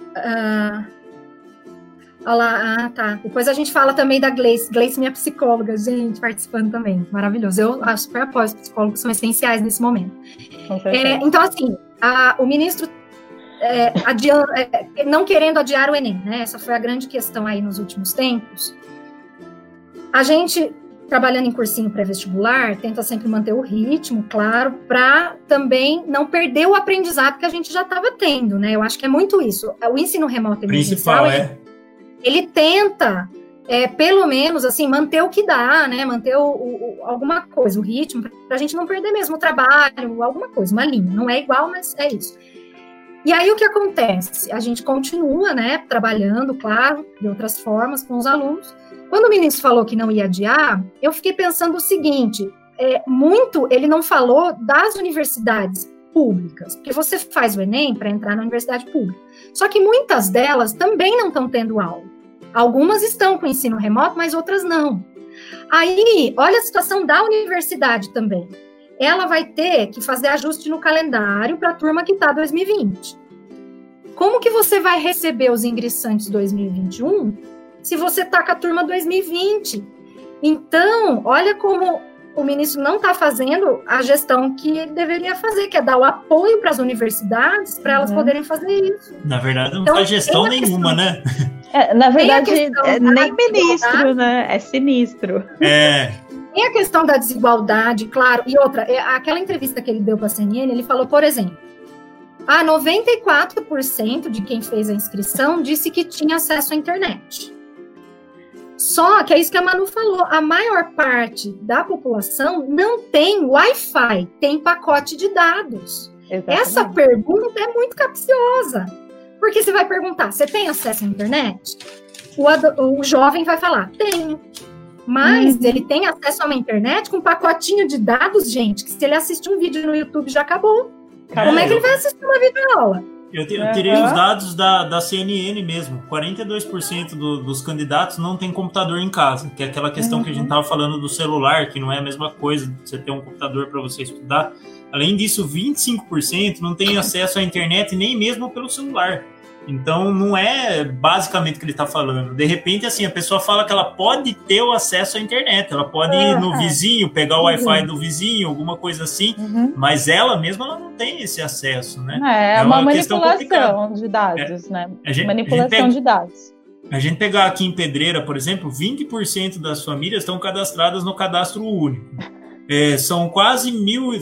tá. Depois a gente fala também da Gleice. Gleice, minha psicóloga, gente, participando também. Maravilhoso. Eu super apoio os psicólogos, são essenciais nesse momento. Então, assim, o ministro não querendo adiar o Enem, né? Essa foi a grande questão aí nos últimos tempos. A gente, trabalhando em cursinho pré-vestibular, tenta sempre manter o ritmo, claro, para também não perder o aprendizado que a gente já estava tendo, né? Eu acho que é muito isso. O ensino remoto principal ele tenta, pelo menos, assim, manter o que dá, né? Manter alguma coisa, o ritmo, para a gente não perder mesmo o trabalho, alguma coisa, uma linha. Não é igual, mas é isso. E aí, o que acontece? A gente continua, né, trabalhando, claro, de outras formas com os alunos. Quando o ministro falou que não ia adiar, eu fiquei pensando o seguinte, ele não falou das universidades públicas, porque você faz o Enem para entrar na universidade pública. Só que muitas delas também não estão tendo aula. Algumas estão com ensino remoto, mas outras não. Aí, olha a situação da universidade também. Ela vai ter que fazer ajuste no calendário para a turma que está 2020. Como que você vai receber os ingressantes 2021 se você está com a turma 2020? Então, olha como o ministro não está fazendo a gestão que ele deveria fazer, que é dar o apoio para as universidades para elas poderem fazer isso. Na verdade, não faz gestão nenhuma, né? Na verdade, nem ministro, né? É sinistro. Tem a questão da desigualdade, claro. E outra, aquela entrevista que ele deu para a CNN, ele falou, por exemplo, 94% de quem fez a inscrição disse que tinha acesso à internet. Só que é isso que a Manu falou, a maior parte da população não tem Wi-Fi, tem pacote de dados. Exatamente. Essa pergunta é muito capciosa, porque você vai perguntar, você tem acesso à internet? O jovem vai falar, tenho. Mas ele tem acesso a uma internet com um pacotinho de dados, gente, que se ele assistir um vídeo no YouTube já acabou. Como é que ele vai assistir uma videoaula? Eu tirei os dados da CNN mesmo. 42% dos candidatos não tem computador em casa, que é aquela questão que a gente estava falando do celular, que não é a mesma coisa você ter um computador para você estudar. Além disso, 25% não tem acesso à internet nem mesmo pelo celular. Então, não é basicamente o que ele está falando. De repente, assim, a pessoa fala que ela pode ter o acesso à internet, ela pode ir no vizinho, pegar o Wi-Fi do vizinho, alguma coisa assim, mas ela mesma ela não tem esse acesso, né? É uma manipulação de dados, né? Manipulação de dados. A gente pegar aqui em Pedreira, por exemplo, 20% das famílias estão cadastradas no cadastro único. São quase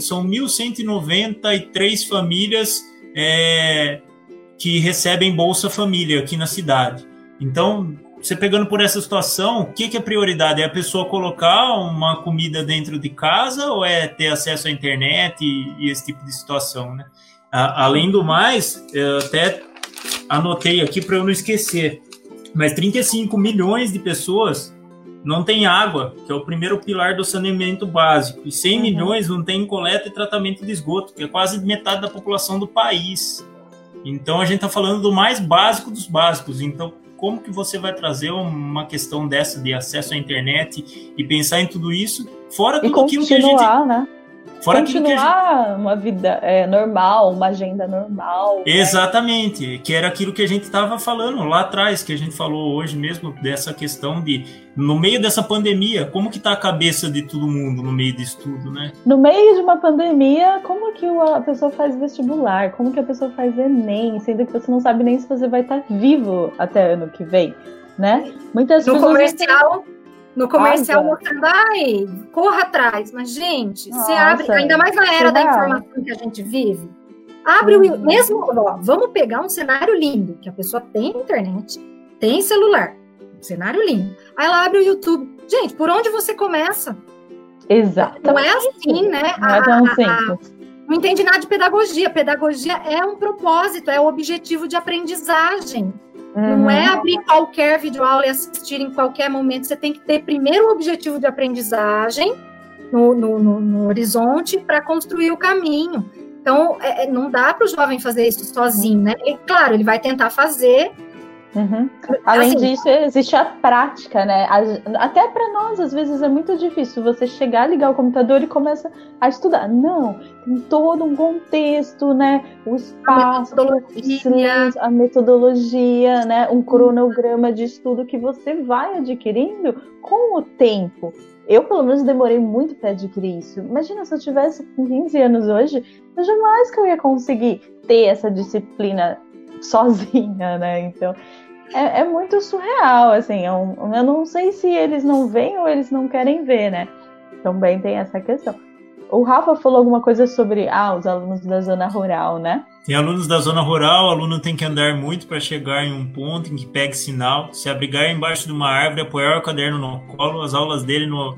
1.193 famílias que recebem Bolsa Família aqui na cidade. Então, você pegando por essa situação, o que é prioridade? É a pessoa colocar uma comida dentro de casa ou é ter acesso à internet e esse tipo de situação, né? Além do mais, eu até anotei aqui para eu não esquecer, mas 35 milhões de pessoas não têm água, que é o primeiro pilar do saneamento básico, e 100 milhões não têm coleta e tratamento de esgoto, que é quase metade da população do país. Então, a gente está falando do mais básico dos básicos. Então, como que você vai trazer uma questão dessa de acesso à internet e pensar em tudo isso, fora tudo aquilo que a gente... né? Fora continuar uma vida normal, uma agenda normal. Exatamente, né? Que era aquilo que a gente estava falando lá atrás, que a gente falou hoje mesmo, dessa questão de, no meio dessa pandemia, como que está a cabeça de todo mundo no meio disso tudo, né? No meio de uma pandemia, como que a pessoa faz vestibular? Como que a pessoa faz Enem? Sendo que você não sabe nem se você vai estar vivo até ano que vem, né? Muitas pessoas... No comercial mostrando, corra atrás. Mas, gente, você abre, ainda mais na era da informação que a gente vive, abre o mesmo, vamos pegar um cenário lindo, que a pessoa tem internet, tem celular, um cenário lindo. Aí ela abre o YouTube. Gente, por onde você começa? Exato. Não é assim, né? Não é tão simples. Não entende nada de pedagogia. Pedagogia é um propósito, é o objetivo de aprendizagem. Não é abrir qualquer videoaula e assistir em qualquer momento. Você tem que ter primeiro o objetivo de aprendizagem no horizonte para construir o caminho. Então, não dá para o jovem fazer isso sozinho, né? Claro, ele vai tentar fazer. Além disso, existe a prática, né? Até para nós, às vezes, é muito difícil você chegar, ligar o computador e começa a estudar. Não, tem todo um contexto, né? O espaço, a metodologia, né? Um cronograma de estudo que você vai adquirindo com o tempo. Eu, pelo menos, demorei muito para adquirir isso. Imagina, se eu tivesse com 15 anos hoje, eu jamais que eu ia conseguir ter essa disciplina sozinha, né? Então, é muito surreal, assim. Eu não sei se eles não veem ou eles não querem ver, né? Também tem essa questão. O Rafa falou alguma coisa sobre os alunos da zona rural, né? Tem alunos da zona rural, o aluno tem que andar muito para chegar em um ponto em que pegue sinal, se abrigar embaixo de uma árvore, apoiar o caderno no colo. As aulas dele no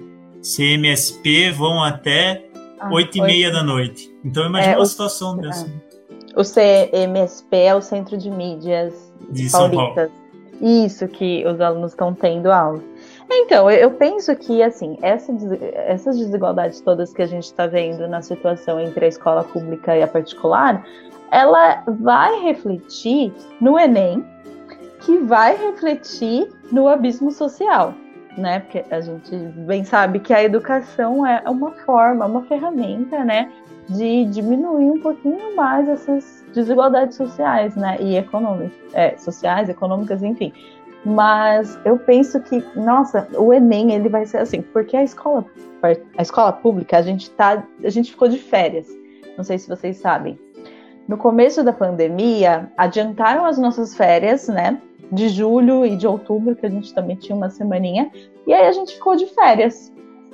CMSP vão até 8h30 da noite. Então, imagina uma situação dessa. O CMSP é o Centro de Mídias de São Paulo. Isso, que os alunos estão tendo aula. Então, eu penso que, assim, essas desigualdades todas que a gente está vendo na situação entre a escola pública e a particular, ela vai refletir no Enem, que vai refletir no abismo social, né? Porque a gente bem sabe que a educação é uma ferramenta, né, de diminuir um pouquinho mais essas desigualdades sociais, né, e econômicas, sociais, econômicas, enfim. Mas eu penso que, nossa, o Enem, ele vai ser assim, porque a escola pública, a gente ficou de férias, não sei se vocês sabem. No começo da pandemia, adiantaram as nossas férias, né, de julho e de outubro, que a gente também tinha uma semaninha, e aí a gente ficou de férias.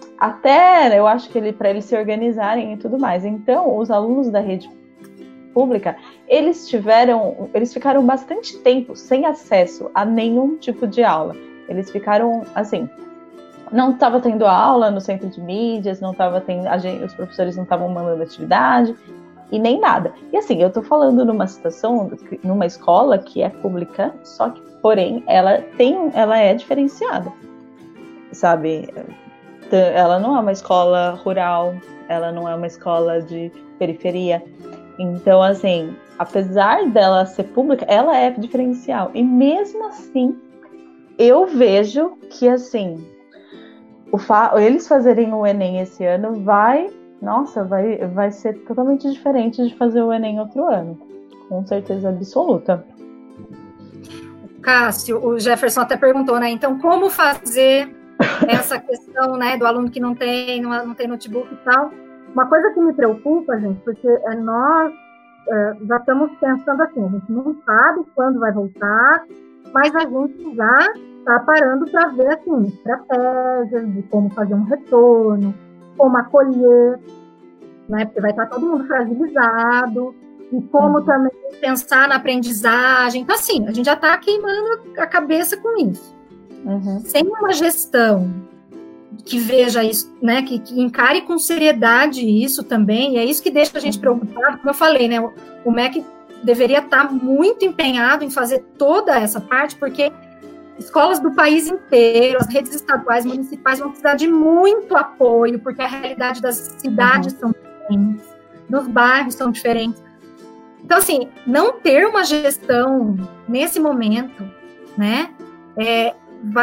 Até, eu acho que para eles se organizarem e tudo mais. Então, os alunos da rede pública, eles ficaram bastante tempo sem acesso a nenhum tipo de aula. Eles ficaram, assim, não estava tendo aula no centro de mídias, os professores não estavam mandando atividade, e nem nada. E assim, eu tô falando numa situação, numa escola que é pública, só que, porém, ela é diferenciada, sabe? Ela não é uma escola rural, ela não é uma escola de periferia. Então, assim, apesar dela ser pública, ela é diferencial. E mesmo assim, eu vejo que, assim, eles fazerem o Enem esse ano vai ser totalmente diferente de fazer o Enem outro ano. Com certeza absoluta. Cássio, o Jefferson até perguntou, né? Então, como fazer essa questão, né, do aluno que não tem notebook e tal? Uma coisa que me preocupa, gente, porque nós já estamos pensando assim, a gente não sabe quando vai voltar, mas a gente já está parando para ver, assim, estratégias de como fazer um retorno, como acolher, né, porque vai estar todo mundo fragilizado, e como também pensar na aprendizagem. Então, assim, a gente já está queimando a cabeça com isso. Sem uma gestão que veja isso, né, que encare com seriedade isso também, e é isso que deixa a gente preocupado. Como eu falei, né, o MEC deveria estar muito empenhado em fazer toda essa parte, porque escolas do país inteiro, as redes estaduais, municipais vão precisar de muito apoio, porque a realidade das cidades são diferentes, dos bairros são diferentes. Então, assim, não ter uma gestão nesse momento, né, vai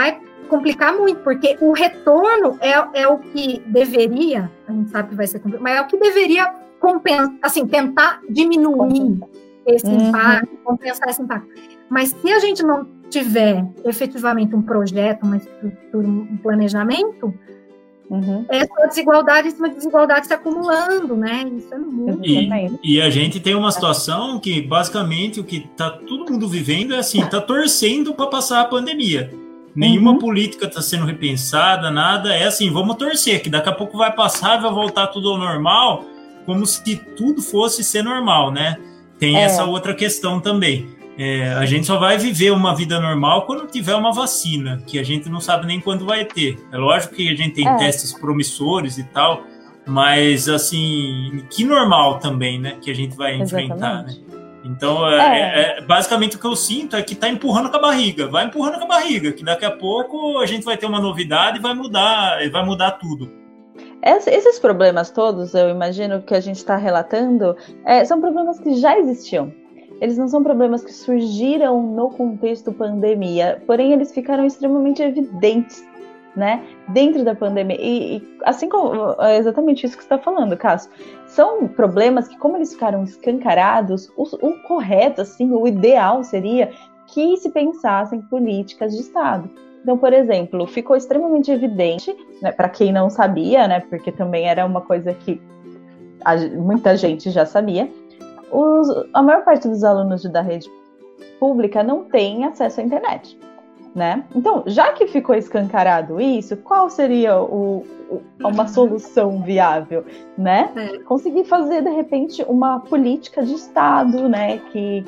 complicar muito, porque o retorno é o que deveria, a gente sabe que vai ser complicado, mas é o que deveria compensar, assim, tentar diminuir esse impacto, compensar esse impacto. Mas se a gente não tiver efetivamente um projeto, uma estrutura, um planejamento, é só desigualdade em cima de desigualdade se acumulando, né? Isso é muito. E a gente tem uma situação que, basicamente, o que tá todo mundo vivendo é assim, tá torcendo para passar a pandemia. Nenhuma política está sendo repensada, nada. É assim, vamos torcer, que daqui a pouco vai passar, vai voltar tudo ao normal, como se tudo fosse ser normal, né? Tem essa outra questão também. A gente só vai viver uma vida normal quando tiver uma vacina, que a gente não sabe nem quando vai ter. É lógico que a gente tem testes promissores e tal, mas, assim, que normal também, né? Que a gente vai enfrentar, né? Então, basicamente o que eu sinto é que tá empurrando com a barriga. Vai empurrando com a barriga, que daqui a pouco a gente vai ter uma novidade e vai mudar tudo. Esses problemas todos, eu imagino que a gente está relatando, são problemas que já existiam. Eles não são problemas que surgiram no contexto pandemia, porém eles ficaram extremamente evidentes, né, dentro da pandemia. E assim como é exatamente isso que você está falando, Cássio, são problemas que, como eles ficaram escancarados, o correto, assim, o ideal seria que se pensassem políticas de Estado. Então, por exemplo, ficou extremamente evidente, né, para quem não sabia, né, porque também era uma coisa que muita gente já sabia, a maior parte dos alunos da rede pública não tem acesso à internet, né? Então, já que ficou escancarado isso, qual seria uma solução viável, né? Conseguir fazer, de repente, uma política de Estado, né, que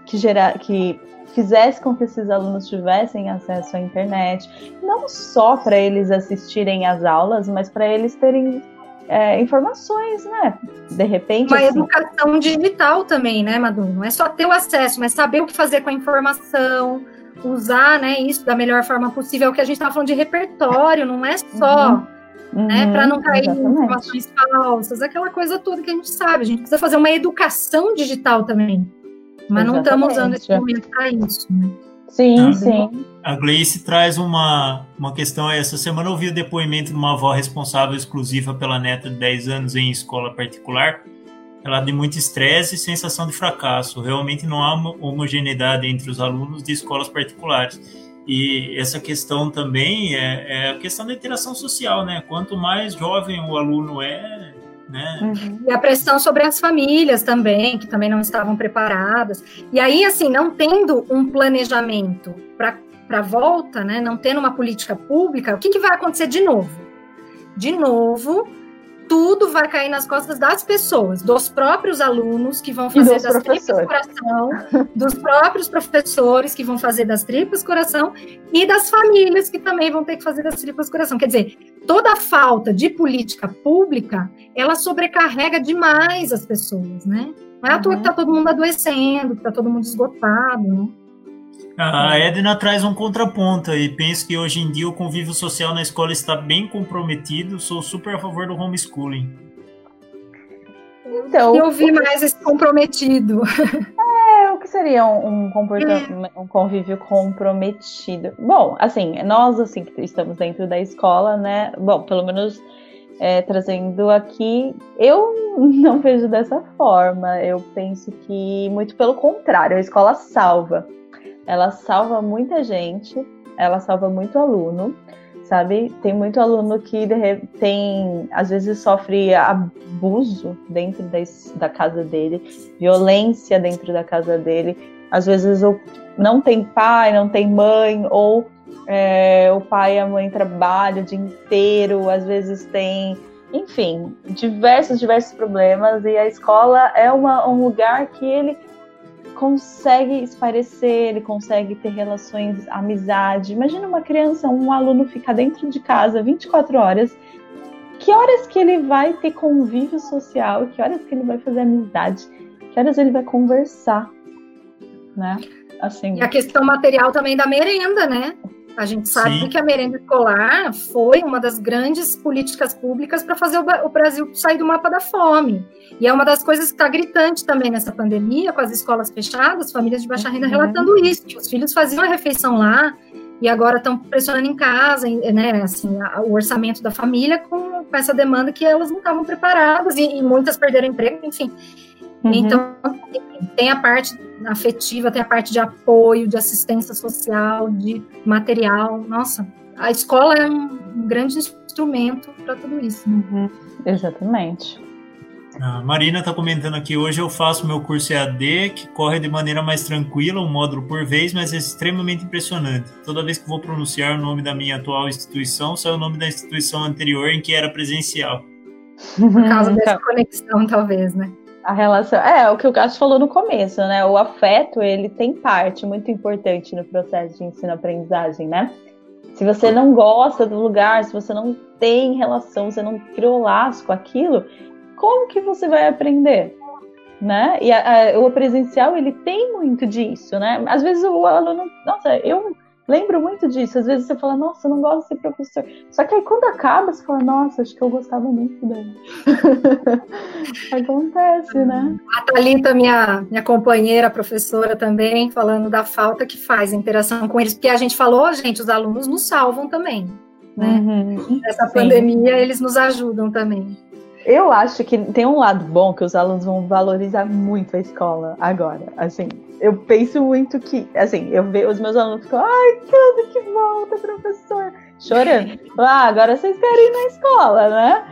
fizesse com que esses alunos tivessem acesso à internet, não só para eles assistirem às aulas, mas para eles terem informações, né? De repente... Uma educação digital também, né, Madu? Não é só ter o acesso, mas saber o que fazer com a informação, usar, né, isso da melhor forma possível. É o que a gente estava falando de repertório, não é só, né, para não cair em informações falsas, aquela coisa toda que a gente sabe. A gente precisa fazer uma educação digital também, mas não estamos usando esse momento para isso, né? Sim, sim. A Gleice traz uma questão. Essa semana eu ouvi o depoimento de uma avó responsável exclusiva pela neta de 10 anos em escola particular. Ela de muito estresse e sensação de fracasso. Realmente não há homogeneidade entre os alunos de escolas particulares. E essa questão também é a questão da interação social, né? Quanto mais jovem o aluno né? E a pressão sobre as famílias também, que também não estavam preparadas. E aí, assim, não tendo um planejamento para a volta, né? Não tendo uma política pública, o que vai acontecer de novo? De novo, tudo vai cair nas costas das pessoas, dos próprios alunos que vão fazer das tripas coração, dos próprios professores que vão fazer das tripas coração e das famílias que também vão ter que fazer das tripas coração. Quer dizer, toda a falta de política pública, ela sobrecarrega demais as pessoas, né? Não é à toa que está todo mundo adoecendo, que está todo mundo esgotado, né? A Edna traz um contraponto e penso que hoje em dia o convívio social na escola está bem comprometido. Sou super a favor do homeschooling. Então, eu vi mais esse comprometido. O que seria um convívio comprometido? Bom, assim, nós assim, que estamos dentro da escola, né? Bom, pelo menos trazendo aqui, eu não vejo dessa forma. Eu penso que, muito pelo contrário, a escola salva. Ela salva muita gente, ela salva muito aluno, sabe? Tem muito aluno que às vezes sofre abuso dentro da casa dele, violência dentro da casa dele. Às vezes não tem pai, não tem mãe, ou o pai e a mãe trabalham o dia inteiro, às vezes tem, enfim, diversos problemas, e a escola é um lugar que ele consegue esparecer, ele consegue ter relações, amizade. Imagina uma criança, um aluno ficar dentro de casa 24 horas. Que horas que ele vai ter convívio social? Que horas que ele vai fazer amizade? Que horas ele vai conversar? Né? Assim. E a questão material também da merenda, né? A gente sabe que a merenda escolar foi uma das grandes políticas públicas para fazer o Brasil sair do mapa da fome. E é uma das coisas que está gritante também nessa pandemia, com as escolas fechadas, famílias de baixa renda relatando isso, que os filhos faziam a refeição lá, e agora estão pressionando em casa, né, assim, o orçamento da família com essa demanda que elas não estavam preparadas, e muitas perderam emprego, enfim. Então, tem a parte afetiva, tem a parte de apoio, de assistência social, de material. Nossa, a escola é um grande instrumento para tudo isso. Exatamente. A Marina está comentando aqui, hoje eu faço meu curso EAD, que corre de maneira mais tranquila, um módulo por vez, mas é extremamente impressionante. Toda vez que vou pronunciar o nome da minha atual instituição, sai o nome da instituição anterior em que era presencial. Por causa dessa conexão, talvez, né? A relação, o que o Cássio falou no começo, né? O afeto, ele tem parte muito importante no processo de ensino-aprendizagem, né? Se você não gosta do lugar, se você não tem relação, você não criou laço com aquilo, como que você vai aprender, né? E o presencial, ele tem muito disso, né? Às vezes o aluno, nossa, eu lembro muito disso, às vezes você fala, nossa, eu não gosto de ser professor, só que aí quando acaba, você fala, nossa, acho que eu gostava muito dele. Acontece, né? A Thalita, minha companheira, professora também, falando da falta que faz a interação com eles, porque a gente falou, gente, os alunos nos salvam também, né? Essa pandemia, eles nos ajudam também. Eu acho que tem um lado bom que os alunos vão valorizar muito a escola agora, assim. Eu penso muito que, assim, eu vejo os meus alunos ficam, ai, quando que volta, professor? Chorando. Agora vocês querem ir na escola, né?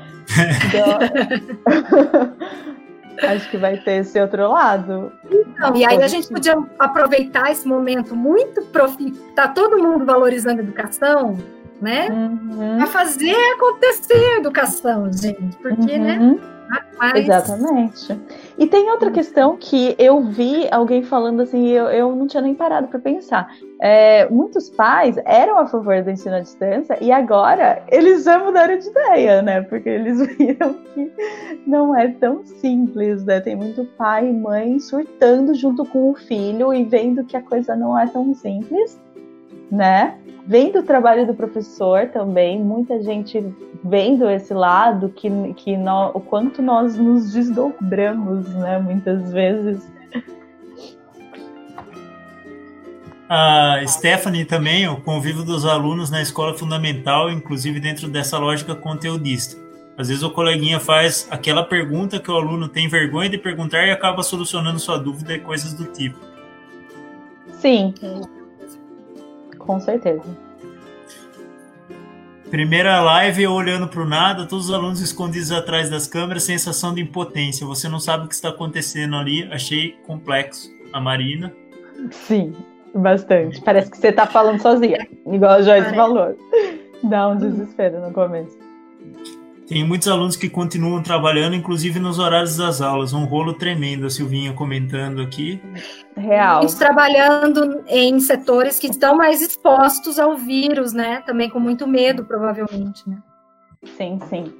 Então, acho que vai ter esse outro lado. Então, e aí a gente podia aproveitar esse momento muito tá todo mundo valorizando a educação, né? Para fazer acontecer a educação, gente. Porque, né? Mas... Exatamente. E tem outra questão que eu vi alguém falando assim, eu não tinha nem parado para pensar. Muitos pais eram a favor do ensino à distância e agora eles já mudaram de ideia, né? Porque eles viram que não é tão simples, né? Tem muito pai e mãe surtando junto com o filho e vendo que a coisa não é tão simples, né? Vendo o trabalho do professor também, muita gente vendo esse lado, o quanto nós nos desdobramos, né, muitas vezes. A Stephanie também, o convívio dos alunos na escola fundamental, inclusive dentro dessa lógica conteudista. Às vezes o coleguinha faz aquela pergunta que o aluno tem vergonha de perguntar e acaba solucionando sua dúvida e coisas do tipo. Sim. Com certeza. Primeira live, eu olhando para o nada, todos os alunos escondidos atrás das câmeras, sensação de impotência. Você não sabe o que está acontecendo ali. Achei complexo. A Marina. Sim, bastante. Parece que você está falando sozinha, igual a Joyce falou. Dá um desespero no começo. Tem muitos alunos que continuam trabalhando, inclusive nos horários das aulas. Um rolo tremendo, a Silvinha comentando aqui. Real. Muitos trabalhando em setores que estão mais expostos ao vírus, né? Também com muito medo, provavelmente, né? Sim, sim.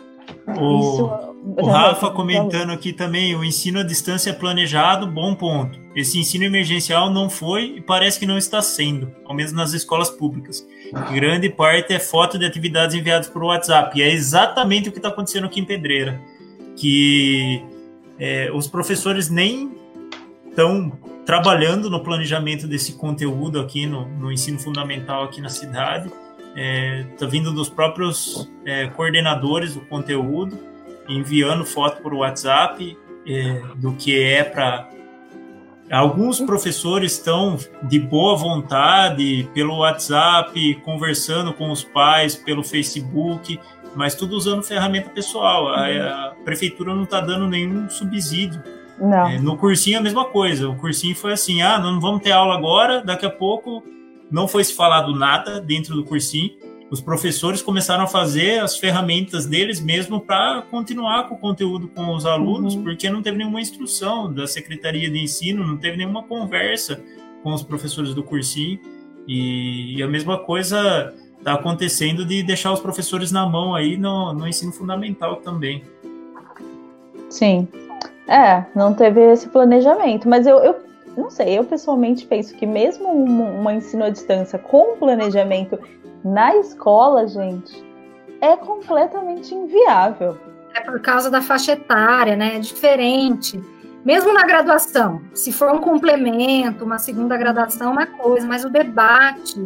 O Rafa comentando aqui também, o ensino à distância é planejado, bom ponto. Esse ensino emergencial não foi e parece que não está sendo, ao menos nas escolas públicas. Grande parte é foto de atividades enviadas por WhatsApp, e é exatamente o que está acontecendo aqui em Pedreira, que os professores nem estão trabalhando no planejamento desse conteúdo aqui no ensino fundamental aqui na cidade. Está vindo dos próprios coordenadores do conteúdo, enviando foto por WhatsApp do que é para... Alguns professores estão de boa vontade pelo WhatsApp, conversando com os pais pelo Facebook, mas tudo usando ferramenta pessoal. A prefeitura não está dando nenhum subsídio. Não. No cursinho a mesma coisa. O cursinho foi assim, não vamos ter aula agora, daqui a pouco não foi se falado nada dentro do cursinho. Os professores começaram a fazer as ferramentas deles mesmo para continuar com o conteúdo com os alunos, porque não teve nenhuma instrução da Secretaria de Ensino, não teve nenhuma conversa com os professores do cursinho. E a mesma coisa está acontecendo de deixar os professores na mão aí no ensino fundamental também. Sim. Não teve esse planejamento, mas eu não sei, eu pessoalmente penso que mesmo um ensino à distância com planejamento na escola, gente, é completamente inviável. É por causa da faixa etária, né? É diferente. Mesmo na graduação, se for um complemento, uma segunda graduação, uma coisa, mas o debate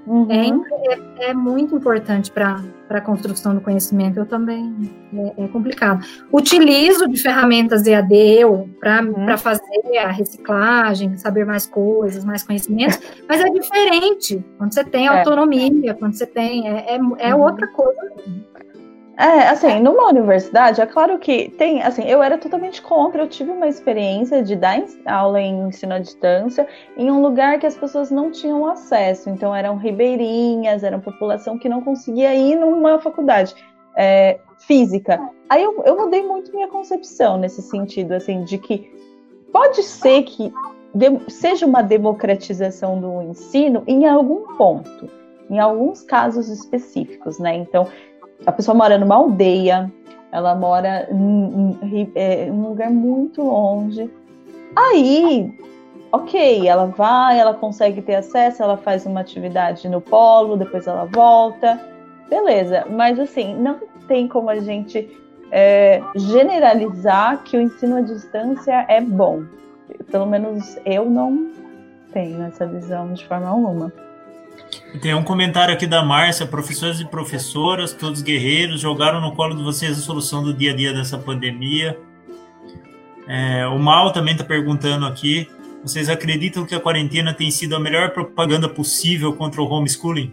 É muito importante para a construção do conhecimento. Eu também, é complicado. Utilizo de ferramentas EAD para fazer a reciclagem, saber mais coisas, mais conhecimentos, mas é diferente quando você tem autonomia, quando você tem... É outra coisa. Assim, numa universidade, é claro que tem, assim, eu era totalmente contra, eu tive uma experiência de dar aula em ensino à distância em um lugar que as pessoas não tinham acesso, então eram ribeirinhas, eram população que não conseguia ir numa faculdade física. Aí eu mudei muito minha concepção nesse sentido, assim, de que pode ser que seja uma democratização do ensino em algum ponto, em alguns casos específicos, né, então... A pessoa mora numa aldeia, ela mora em um lugar muito longe. Aí, ok, ela vai, ela consegue ter acesso, ela faz uma atividade no polo, depois ela volta, beleza. Mas assim, não tem como a gente generalizar que o ensino à distância é bom. Pelo menos eu não tenho essa visão de forma alguma. Tem um comentário aqui da Márcia: professores e professoras, todos guerreiros, jogaram no colo de vocês a solução do dia a dia dessa pandemia. O Mal também está perguntando aqui: vocês acreditam que a quarentena tem sido a melhor propaganda possível contra o homeschooling?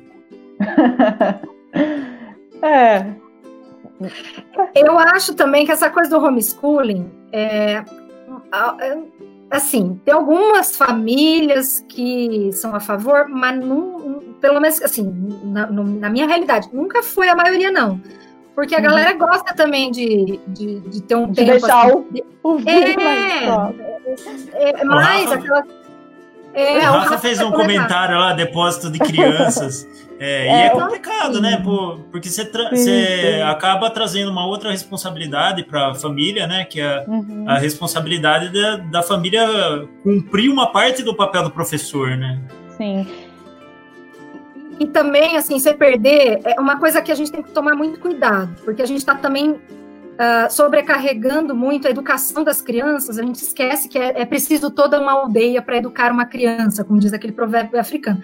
Eu acho também que essa coisa do homeschooling assim, tem algumas famílias que são a favor, mas pelo menos, assim, na minha realidade, nunca foi a maioria, não. Porque a galera gosta também de ter um tempo... Deixar assim, o vídeo mais aquela... o Rafa fez um comentário lá, depósito de crianças, e é complicado, né, porque você acaba trazendo uma outra responsabilidade para a família, né, que é a responsabilidade da família cumprir uma parte do papel do professor, né. Sim. E também, assim, você perder, é uma coisa que a gente tem que tomar muito cuidado, porque a gente está também sobrecarregando muito a educação das crianças. A gente esquece que é preciso toda uma aldeia para educar uma criança, como diz aquele provérbio africano.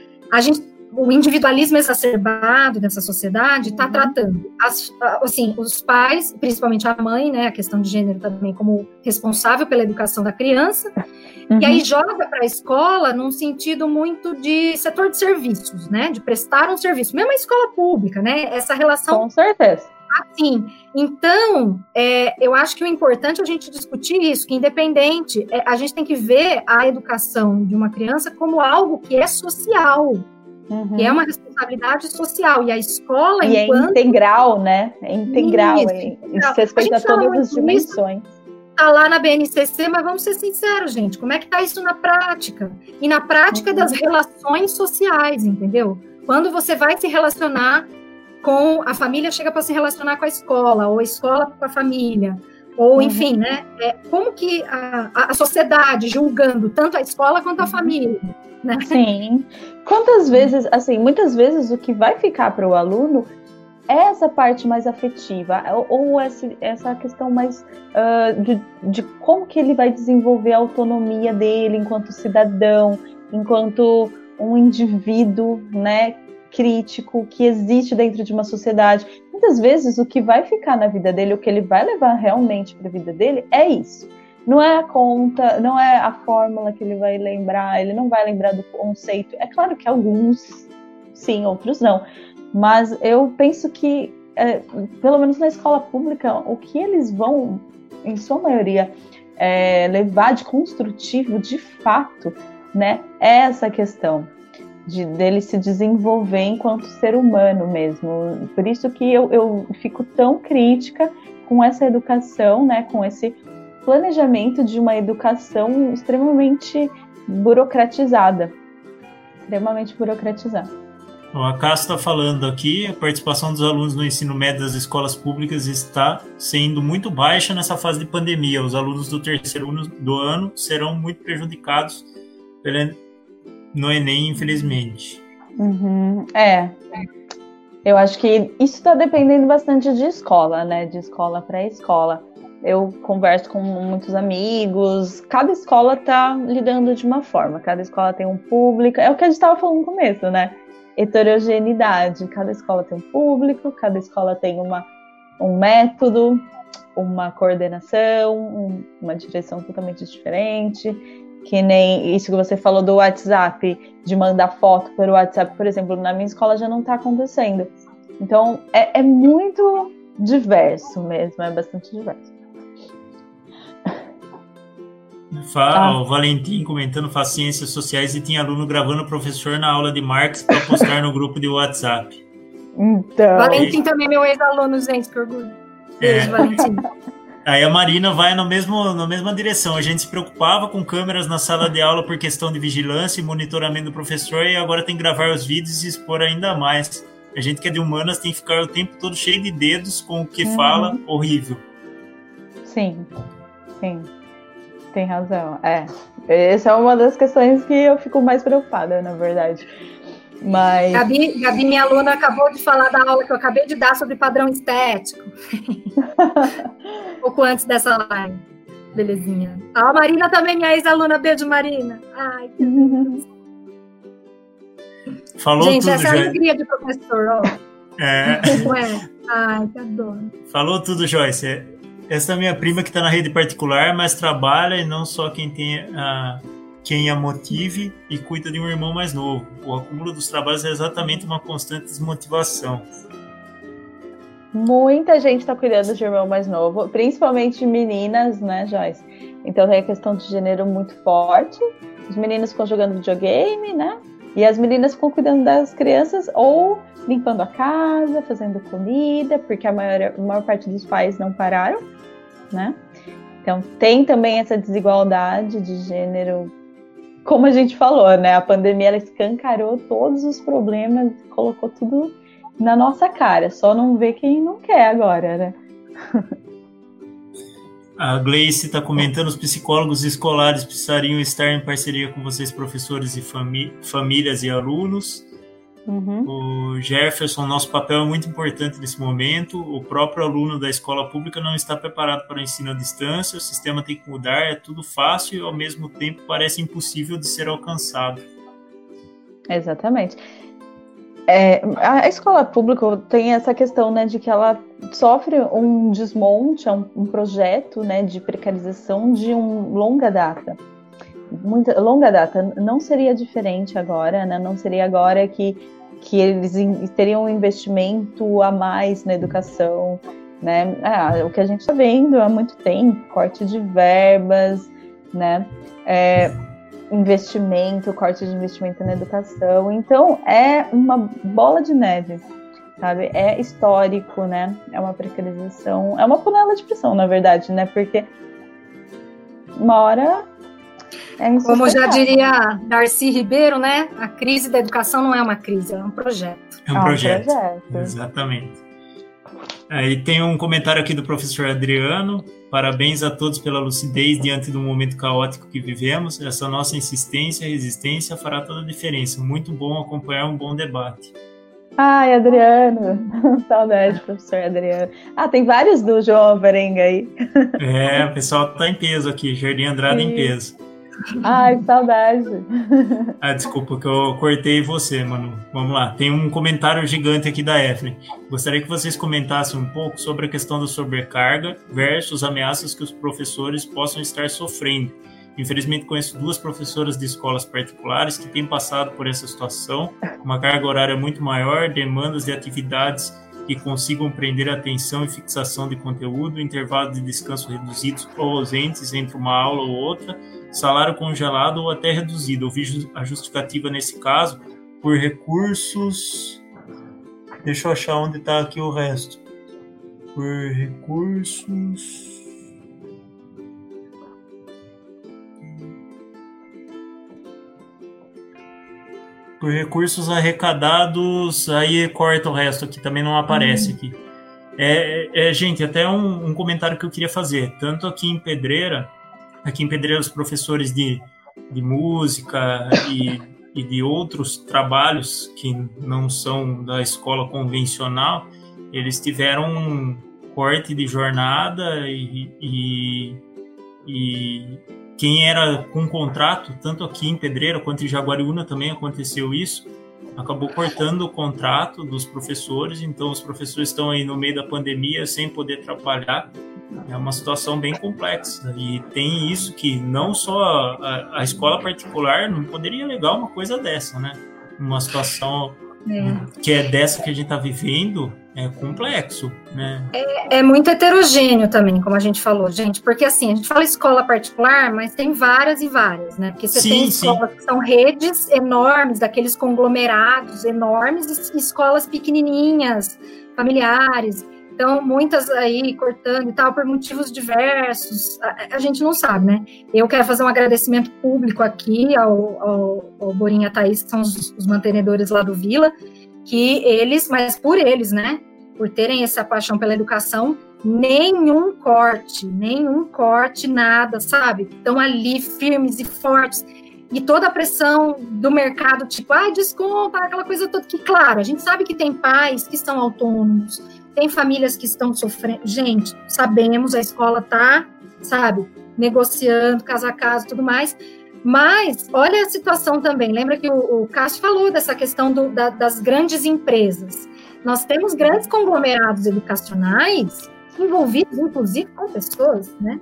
O individualismo exacerbado dessa sociedade está tratando assim, os pais, principalmente a mãe, né, a questão de gênero também, como responsável pela educação da criança, e aí joga para a escola num sentido muito de setor de serviços, né, de prestar um serviço, mesmo a escola pública, né, essa relação... Com certeza. Assim, então, eu acho que o importante é a gente discutir isso, que independente, a gente tem que ver a educação de uma criança como algo que é social, que é uma responsabilidade social, e a escola... E enquanto... é integral, né? É integral, isso respeita todas as dimensões. Está lá na BNCC, mas vamos ser sinceros, gente, como é que está isso na prática? E na prática das relações sociais, entendeu? Quando você vai se relacionar com a família, chega para se relacionar com a escola, ou a escola com a família, ou enfim, né? Como que a sociedade julgando tanto a escola quanto a família, né? Sim. Quantas vezes, assim, muitas vezes o que vai ficar para o aluno é essa parte mais afetiva, ou essa questão mais de como que ele vai desenvolver a autonomia dele enquanto cidadão, enquanto um indivíduo, né, crítico, que existe dentro de uma sociedade. Muitas vezes o que vai ficar na vida dele, o que ele vai levar realmente para a vida dele é isso. Não é a conta, não é a fórmula que ele vai lembrar, ele não vai lembrar do conceito. É claro que alguns sim, outros não. Mas eu penso que, pelo menos na escola pública, o que eles vão, em sua maioria, levar de construtivo, de fato, né, é essa questão dele se desenvolver enquanto ser humano mesmo. Por isso que eu fico tão crítica com essa educação, né, com esse planejamento de uma educação extremamente burocratizada. Extremamente burocratizada. Bom, a Cássia está falando aqui: a participação dos alunos no ensino médio das escolas públicas está sendo muito baixa nessa fase de pandemia. Os alunos do terceiro ano serão muito prejudicados no Enem, infelizmente. Eu acho que isso está dependendo bastante de escola, né? De escola para escola. Eu converso com muitos amigos, cada escola está lidando de uma forma, cada escola tem um público, é o que a gente estava falando no começo, né? heterogeneidade. Cada escola tem um público, cada escola tem um método, uma coordenação, uma direção totalmente diferente, que nem isso que você falou do WhatsApp, de mandar foto pelo WhatsApp, por exemplo, na minha escola já não está acontecendo. Então, é muito diverso mesmo, é bastante diverso. O Valentim comentando, faz ciências sociais e tinha aluno gravando o professor na aula de Marx para postar no grupo de WhatsApp. Então... Valentim também é meu ex-aluno, gente, que orgulho. Beijo, Valentim. Aí a Marina vai na mesma direção. A gente se preocupava com câmeras na sala de aula por questão de vigilância e monitoramento do professor, e agora tem que gravar os vídeos e expor ainda mais. A gente que é de humanas tem que ficar o tempo todo cheio de dedos com o que fala, horrível. Sim. Tem razão. Essa é uma das questões que eu fico mais preocupada, na verdade. Mas... Gabi, minha aluna, acabou de falar da aula que eu acabei de dar sobre padrão estético. Um pouco antes dessa live. Belezinha. A Marina também, minha ex-aluna. Beijo, Marina. Ai, que Deus. Falou gente, tudo, essa é a alegria de professor, ó. Não é? Ai, que adoro. Falou tudo, Joyce. Essa é a minha prima que está na rede particular, mas trabalha e não só quem a motive e cuida de um irmão mais novo. O acúmulo dos trabalhos é exatamente uma constante desmotivação. Muita gente está cuidando de irmão mais novo, principalmente meninas, né, Joyce? Então tem a questão de gênero muito forte. Os meninos ficam jogando videogame, né? E as meninas ficam cuidando das crianças ou limpando a casa, fazendo comida, porque a maior parte dos pais não pararam, né? Então tem também essa desigualdade de gênero. Como a gente falou, né? A pandemia ela escancarou todos os problemas, colocou tudo na nossa cara. Só não vê quem não quer agora, né? A Gleice está comentando, os psicólogos escolares precisariam estar em parceria com vocês, professores e famílias e alunos. O Jefferson, nosso papel é muito importante nesse momento. O próprio aluno da escola pública não está preparado para o ensino à distância. O sistema tem que mudar, é tudo fácil e ao mesmo tempo parece impossível de ser alcançado. Exatamente. A escola pública tem essa questão, né, de que ela sofre um desmonte, um projeto, né, de precarização de longa data. Longa data. Não seria diferente agora, né? Não seria agora que eles teriam um investimento a mais na educação, né? O que a gente está vendo há muito tempo, corte de verbas, né? Corte de investimento na educação. Então, é uma bola de neve, sabe? É histórico, né? É uma precarização, é uma panela de pressão, na verdade, né? Porque uma hora... Como já diria Darcy Ribeiro, né? A crise da educação não é uma crise, é um projeto. É um projeto. Exatamente. Aí tem um comentário aqui do professor Adriano. Parabéns a todos pela lucidez diante do momento caótico que vivemos. Essa nossa insistência e resistência fará toda a diferença. Muito bom acompanhar um bom debate. Ai, Adriano. Saudade, professor Adriano. Tem vários do João Alvarenga aí. O pessoal tá em peso aqui. Jardim Andrade em peso. Ai, saudade. Desculpa que eu cortei você, Manu. Vamos lá. Tem um comentário gigante aqui da Evelyn. Gostaria que vocês comentassem um pouco sobre a questão da sobrecarga versus ameaças que os professores possam estar sofrendo. Infelizmente, conheço 2 professoras de escolas particulares que têm passado por essa situação, uma carga horária muito maior, demandas de atividades que consigam prender a atenção e fixação de conteúdo, intervalos de descanso reduzidos ou ausentes entre uma aula ou outra, salário congelado ou até reduzido. Eu vi a justificativa nesse caso por recursos... Deixa eu achar onde está aqui o resto. Por recursos arrecadados, aí corta o resto aqui, também não aparece aqui. Gente, até um comentário que eu queria fazer, tanto aqui em Pedreira os professores de música e de outros trabalhos que não são da escola convencional, eles tiveram um corte de jornada e quem era com contrato, tanto aqui em Pedreira quanto em Jaguariúna também aconteceu isso, acabou cortando o contrato dos professores, então os professores estão aí no meio da pandemia sem poder trabalhar. É uma situação bem complexa, e tem isso que não só a escola particular não poderia alegar uma coisa dessa, né? Uma situação que é dessa que a gente está vivendo, é complexo, né? É muito heterogêneo também, como a gente falou, gente, porque assim, a gente fala escola particular, mas tem várias e várias, né? Porque você tem escolas que são redes enormes, daqueles conglomerados enormes, e escolas pequenininhas, familiares. Então, muitas aí cortando e tal, por motivos diversos, a gente não sabe, né? Eu quero fazer um agradecimento público aqui ao Borinha e à Thaís, que são os mantenedores lá do Vila, que eles, mas por eles, né? Por terem essa paixão pela educação, nenhum corte, nada, sabe? Estão ali firmes e fortes. E toda a pressão do mercado, tipo, desconta, aquela coisa toda, que claro, a gente sabe que tem pais que são autônomos, tem famílias que estão sofrendo. Gente, sabemos, a escola tá, sabe, negociando, caso a caso, tudo mais. Mas, olha a situação também. Lembra que o Cássio falou dessa questão das grandes empresas. Nós temos grandes conglomerados educacionais envolvidos, inclusive, com pessoas, né,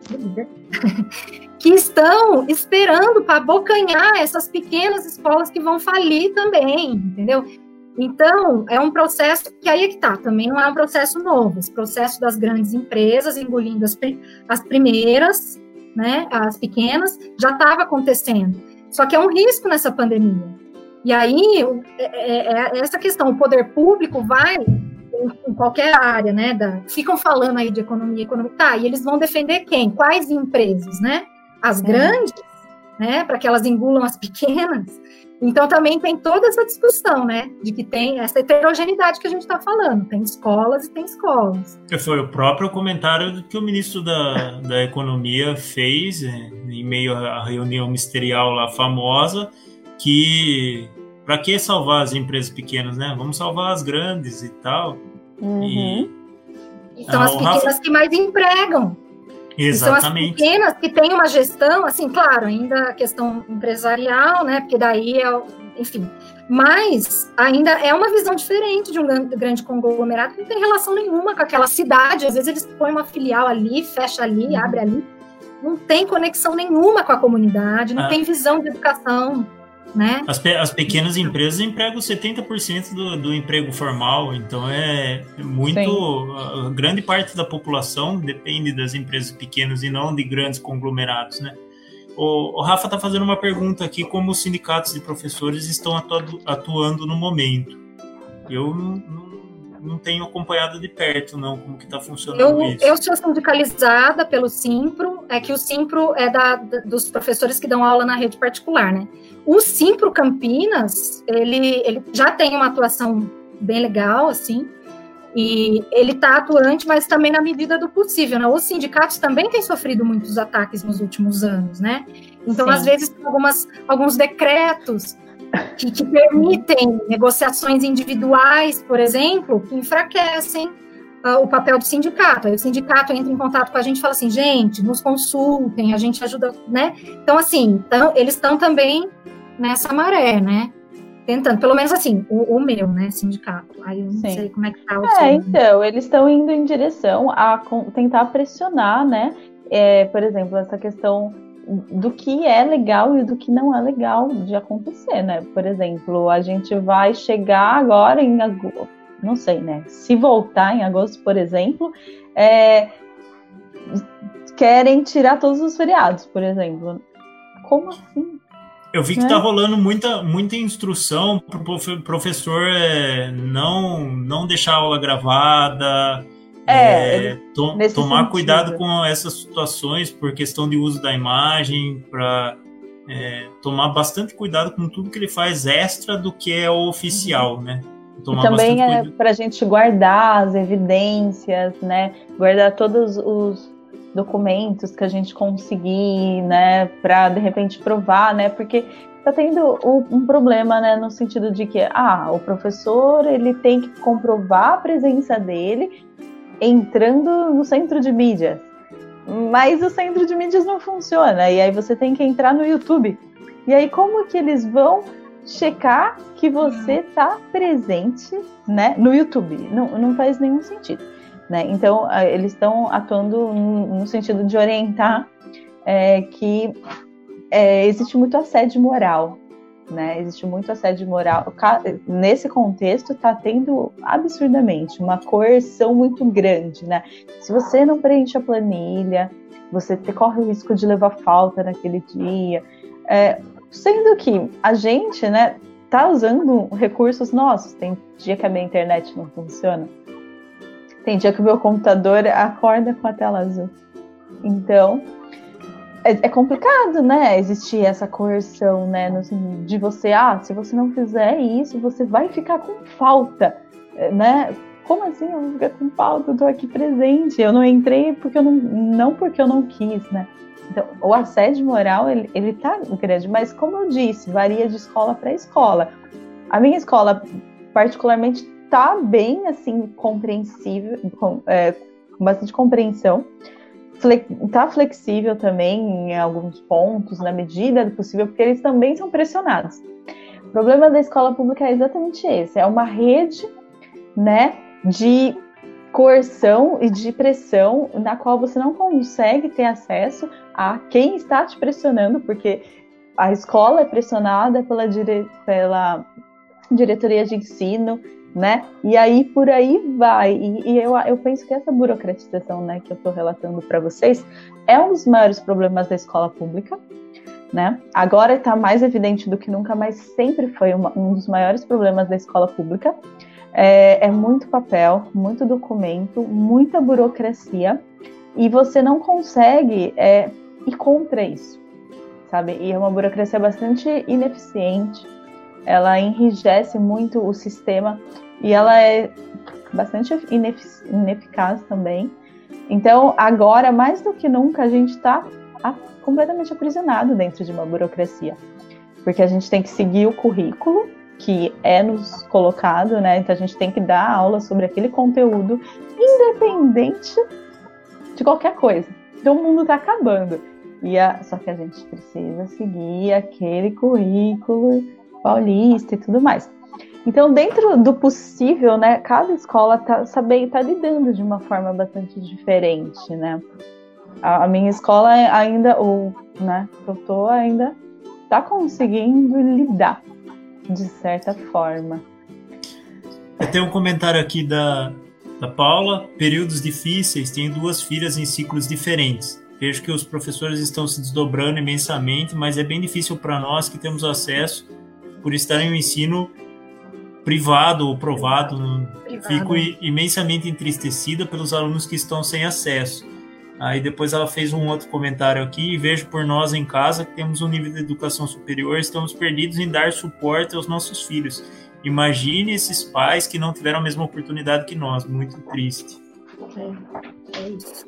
que estão esperando para abocanhar essas pequenas escolas que vão falir também, entendeu? Então, é um processo que aí é que tá, também não é um processo novo, esse processo das grandes empresas engolindo as primeiras, né, as pequenas, já estava acontecendo. Só que é um risco nessa pandemia. E aí, essa questão, o poder público vai, em qualquer área, né, ficam falando aí de economia, tá, e eles vão defender quem? Quais empresas, né? As grandes, né, para que elas engulam as pequenas. Então, também tem toda essa discussão, né, de que tem essa heterogeneidade que a gente está falando. Tem escolas e tem escolas. Foi o próprio comentário que o ministro da Economia fez em meio à reunião ministerial lá famosa, que para que salvar as empresas pequenas, né? Vamos salvar as grandes e tal. E são as pequenas que mais empregam. Exatamente. São as pequenas que têm uma gestão, assim, claro, ainda a questão empresarial, né, porque daí enfim, mas ainda é uma visão diferente de um grande conglomerado que não tem relação nenhuma com aquela cidade. Às vezes eles põem uma filial ali, fecha ali, abre ali, não tem conexão nenhuma com a comunidade, não tem visão de educação, né? As pequenas empresas empregam 70% do emprego formal, então grande parte da população depende das empresas pequenas e não de grandes conglomerados, né? O Rafa está fazendo uma pergunta aqui, como os sindicatos de professores estão atuando no momento. Eu não tenho acompanhado de perto, não, como que está funcionando isso. Eu sou sindicalizada pelo Simpro, que o Simpro é dos professores que dão aula na rede particular, né? O Simpro Campinas, ele já tem uma atuação bem legal, assim, e ele está atuante, mas também na medida do possível, né? Os sindicatos também têm sofrido muitos ataques nos últimos anos, né? Então, às vezes, tem alguns decretos que permitem negociações individuais, por exemplo, que enfraquecem o papel do sindicato. Aí o sindicato entra em contato com a gente e fala assim, gente, nos consultem, a gente ajuda, né? Então, assim, eles estão também nessa maré, né? Tentando, pelo menos assim, o meu, né, sindicato. Aí eu não sei como é que tá o seu. Então, eles estão indo em direção a tentar pressionar, né? Por exemplo, essa questão do que é legal e do que não é legal de acontecer, né? Por exemplo, a gente vai chegar agora em agosto, não sei, né? Se voltar em agosto, por exemplo, querem tirar todos os feriados, por exemplo. Como assim? Eu vi que está rolando muita instrução para o professor não deixar a aula gravada, tomar cuidado com essas situações por questão de uso da imagem, para tomar bastante cuidado com tudo que ele faz extra do que é o oficial, né? E também para a gente guardar as evidências, né? Guardar todos os documentos que a gente conseguir, né, para de repente provar, né, porque tá tendo um problema, né, no sentido de que, o professor, ele tem que comprovar a presença dele entrando no centro de mídias, mas o centro de mídias não funciona, e aí você tem que entrar no YouTube, e aí como que eles vão checar que você está presente, né, no YouTube. Não faz nenhum sentido, né? Então, eles estão atuando no sentido de orientar que existe muito assédio moral, né? Existe muito assédio moral. Nesse contexto, está tendo absurdamente uma coerção muito grande, né? Se você não preenche a planilha, você corre o risco de levar falta naquele dia. Sendo que a gente, né, tá usando recursos nossos. Tem dia que a minha internet não funciona. Tem dia que o meu computador acorda com a tela azul. Então, é complicado, né? Existir essa coerção, né? De você, se você não fizer isso, você vai ficar com falta, né? Como assim eu vou ficar com falta? Eu tô aqui presente. Eu não entrei porque eu não porque eu não quis, né? Então, o assédio moral, ele tá grande. Mas, como eu disse, varia de escola para escola. A minha escola, particularmente, tá bem, assim, compreensível, com bastante compreensão. Tá flexível também em alguns pontos, na medida do possível, porque eles também são pressionados. O problema da escola pública é exatamente esse. É uma rede, né, de coerção e de pressão na qual você não consegue ter acesso a quem está te pressionando, porque a escola é pressionada pela diretoria de ensino, né? E aí por aí vai. E eu penso que essa burocratização, né, que eu estou relatando para vocês é um dos maiores problemas da escola pública, né? Agora está mais evidente do que nunca, mas sempre foi um dos maiores problemas da escola pública. É muito papel, muito documento, muita burocracia, e você não consegue ir contra isso, sabe? E é uma burocracia bastante ineficiente, ela enrijece muito o sistema e ela é bastante ineficaz também. Então, agora, mais do que nunca, a gente está completamente aprisionado dentro de uma burocracia, porque a gente tem que seguir o currículo que é nos colocado, né? Então a gente tem que dar aula sobre aquele conteúdo, independente de qualquer coisa. Então o mundo está acabando. Só que a gente precisa seguir aquele currículo paulista e tudo mais. Então, dentro do possível, né? Cada escola tá lidando de uma forma bastante diferente, né? A minha escola ainda, né? Eu tô ainda tá conseguindo lidar de certa forma. Eu tenho um comentário aqui da Paula. Períodos difíceis, tenho 2 filhas em ciclos diferentes. Vejo que os professores estão se desdobrando imensamente, mas é bem difícil para nós que temos acesso por estar em um ensino privado ou provado. Fico imensamente entristecida pelos alunos que estão sem acesso. Aí depois ela fez um outro comentário aqui: e vejo por nós em casa que temos um nível de educação superior, estamos perdidos em dar suporte aos nossos filhos. Imagine esses pais que não tiveram a mesma oportunidade que nós. Muito triste. É isso.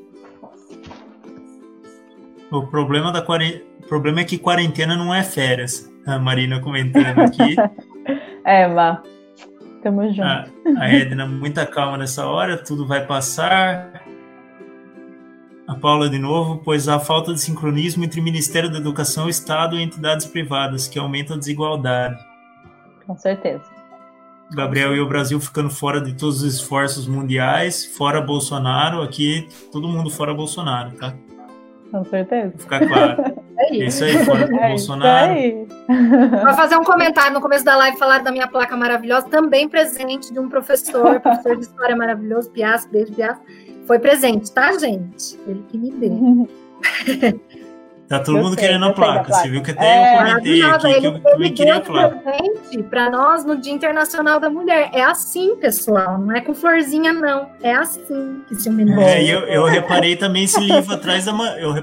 O problema é que quarentena não é férias. A Marina comentando aqui. Má. Tamo junto. A Edna, muita calma nessa hora, tudo vai passar. A Paula de novo, pois há falta de sincronismo entre Ministério da Educação, Estado e entidades privadas, que aumenta a desigualdade. Com certeza. Gabriel, e o Brasil ficando fora de todos os esforços mundiais, fora Bolsonaro, aqui todo mundo fora Bolsonaro, tá? Com certeza. Vou ficar claro. É isso aí, fora Bolsonaro. Vou fazer um comentário no começo da live, falar da minha placa maravilhosa, também presente de um professor de história maravilhoso, Piasco, beijo, Piasco. Foi presente, tá, gente? Ele que me deu. Tá todo mundo querendo a placa. Você viu que até eu comentei aqui que eu queria a placa. Presente para nós no Dia Internacional da Mulher. É assim, pessoal. Não é com florzinha, não. É assim que se homenageia. Eu reparei também esse livro atrás da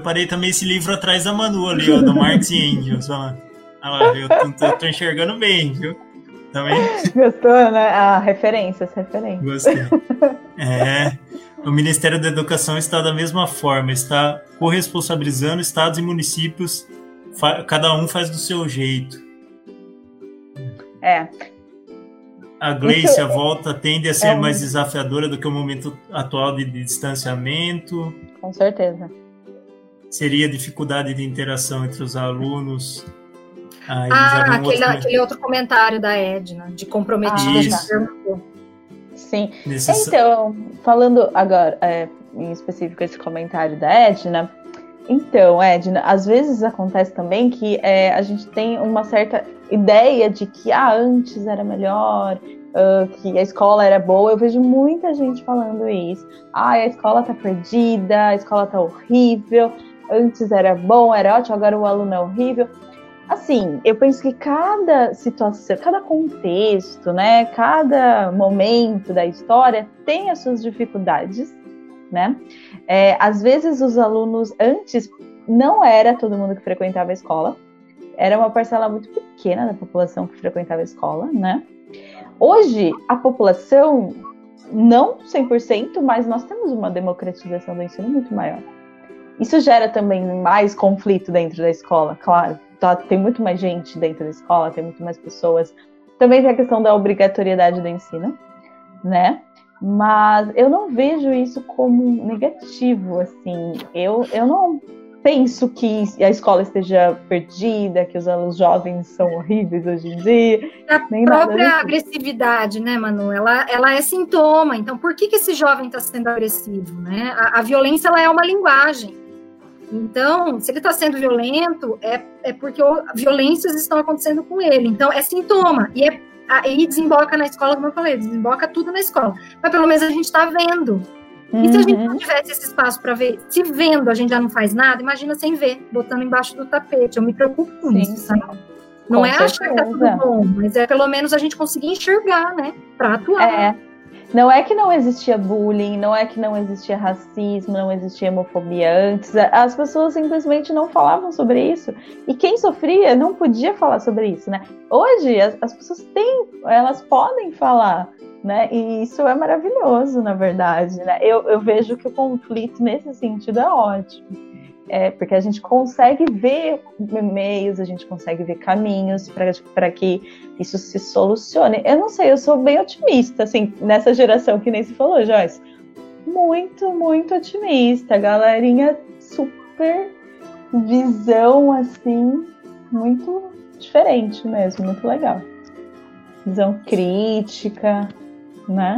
Manu ali, ó, do Marx e Engels. Olha lá, eu tô enxergando bem, viu? Também. Gostou, né? Referências. Gostei. O Ministério da Educação está da mesma forma, está corresponsabilizando estados e municípios, cada um faz do seu jeito. A Gleice, a volta tende a ser mais desafiadora do que o momento atual de distanciamento. Com certeza. Seria dificuldade de interação entre os alunos. Aquele outro comentário da Edna, de comprometida. Sim. Então, falando agora, em específico esse comentário da Edna, então, Edna, às vezes acontece também que a gente tem uma certa ideia de que antes era melhor, que a escola era boa. Eu vejo muita gente falando isso. A escola tá perdida, a escola tá horrível, antes era bom, era ótimo, agora o aluno é horrível. Assim, eu penso que cada situação, cada contexto, né, cada momento da história tem as suas dificuldades, né? Às vezes os alunos, antes, não era todo mundo que frequentava a escola, era uma parcela muito pequena da população que frequentava a escola, né? Hoje, a população, não 100%, mas nós temos uma democratização do ensino muito maior. Isso gera também mais conflito dentro da escola, claro. Tem muito mais gente dentro da escola, tem muito mais pessoas. Também tem a questão da obrigatoriedade do ensino, né? Mas eu não vejo isso como negativo, assim. Eu não penso que a escola esteja perdida, que os jovens são horríveis hoje em dia. A própria agressividade, né, Manu? Ela é sintoma. Então, por que esse jovem está sendo agressivo, né? A violência, ela é uma linguagem. Então, se ele está sendo violento, é porque violências estão acontecendo com ele. Então, é sintoma. E aí desemboca na escola, como eu falei, desemboca tudo na escola. Mas pelo menos a gente está vendo. E se a gente não tivesse esse espaço para ver, se vendo a gente já não faz nada, imagina sem ver, botando embaixo do tapete. Eu me preocupo com isso, sabe? Não é achar que tá tudo bom, mas pelo menos a gente conseguir enxergar, né? Para atuar. Não é que não existia bullying, não é que não existia racismo, não existia homofobia antes. As pessoas simplesmente não falavam sobre isso. E quem sofria não podia falar sobre isso, né? Hoje, as pessoas elas podem falar, né? E isso é maravilhoso, na verdade, né? Eu vejo que o conflito, nesse sentido, é ótimo. Porque a gente consegue ver meios, a gente consegue ver caminhos para que isso se solucione. Eu não sei, eu sou bem otimista, assim, nessa geração que nem se falou, Joyce. Muito, muito otimista. Galerinha super visão, assim, muito diferente mesmo, muito legal. Visão crítica, né?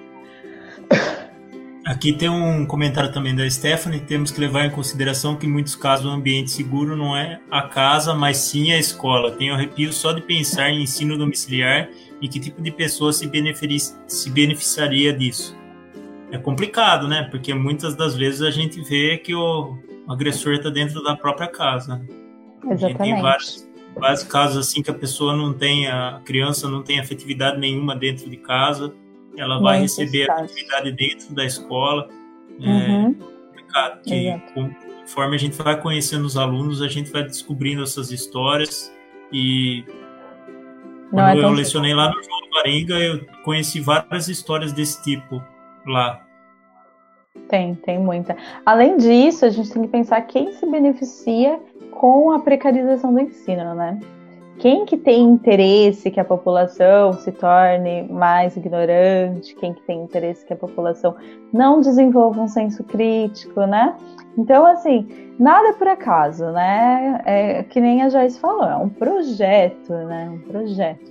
Aqui tem um comentário também da Stephanie. Temos que levar em consideração que em muitos casos o ambiente seguro não é a casa, mas sim a escola. Tenho arrepio só de pensar em ensino domiciliar e que tipo de pessoa se beneficiaria disso. É complicado, né? Porque muitas das vezes a gente vê que o agressor está dentro da própria casa. Exatamente. Tem vários casos assim que a criança não tem afetividade nenhuma dentro de casa. Ela vai receber a atividade dentro da escola. É complicado, que conforme a gente vai conhecendo os alunos, a gente vai descobrindo essas histórias. E quando eu lecionei lá no João Varenga, eu conheci várias histórias desse tipo lá. Tem muita. Além disso, a gente tem que pensar quem se beneficia com a precarização do ensino, né? Quem que tem interesse que a população se torne mais ignorante, quem que tem interesse que a população não desenvolva um senso crítico, né? Então, assim, nada é por acaso, né? É que nem a Joyce falou, é um projeto, né? Um projeto.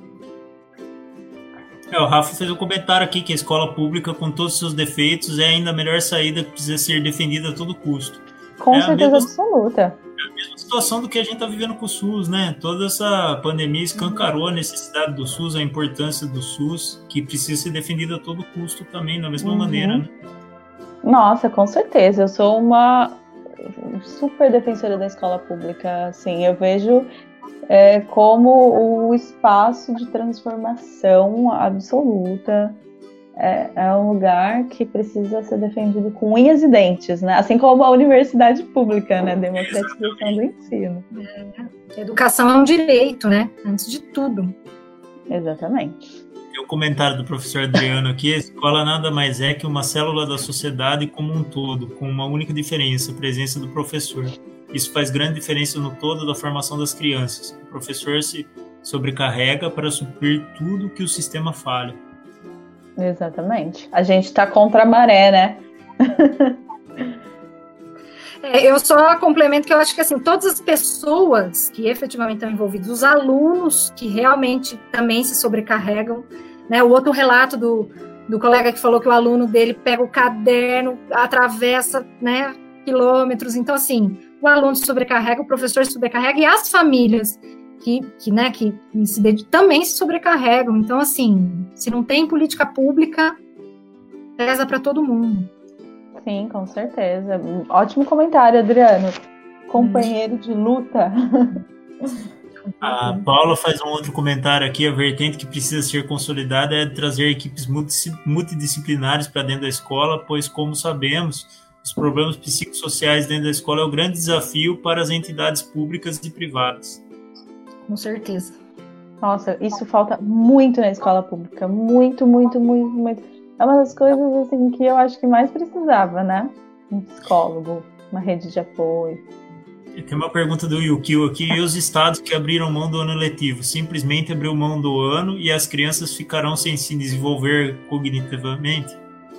O Rafa fez um comentário aqui que a escola pública, com todos os seus defeitos, é ainda a melhor saída que precisa ser defendida a todo custo. Com certeza absoluta. É a mesma situação do que a gente está vivendo com o SUS, né? Toda essa pandemia escancarou a necessidade do SUS, a importância do SUS, que precisa ser defendida a todo custo também, da mesma maneira, né? Nossa, com certeza. Eu sou uma super defensora da escola pública. Assim, eu vejo como o espaço de transformação absoluta. É um lugar que precisa ser defendido com unhas e dentes, né? Assim como a universidade pública, né? Democratização do ensino. Educação é um direito, né? Antes de tudo. Exatamente. Tem um comentário do professor Adriano aqui: a escola nada mais é que uma célula da sociedade como um todo, com uma única diferença, a presença do professor. Isso faz grande diferença no todo da formação das crianças. O professor se sobrecarrega para suprir tudo que o sistema falha. Exatamente. A gente está contra a maré, né? Eu só complemento que eu acho que assim, todas as pessoas que efetivamente estão envolvidas, os alunos que realmente também se sobrecarregam, né? O outro relato do colega que falou que o aluno dele pega o caderno, atravessa, né, quilômetros. Então, assim, o aluno se sobrecarrega, o professor se sobrecarrega e as famílias que também se sobrecarregam. Então, assim, se não tem política pública, pesa para todo mundo. Sim, com certeza. Ótimo comentário, Adriano. Companheiro de luta. A Paula faz um outro comentário aqui. A vertente que precisa ser consolidada é trazer equipes multidisciplinares para dentro da escola, pois, como sabemos, os problemas psicossociais dentro da escola é o grande desafio para as entidades públicas e privadas. Com certeza. Nossa, isso falta muito na escola pública. Muito, muito, muito, muito. É uma das coisas assim, que eu acho que mais precisava, né? Um psicólogo, uma rede de apoio. Tem uma pergunta do Yukio aqui. E os estados que abriram mão do ano letivo? Simplesmente abriu mão do ano e as crianças ficarão sem se desenvolver cognitivamente?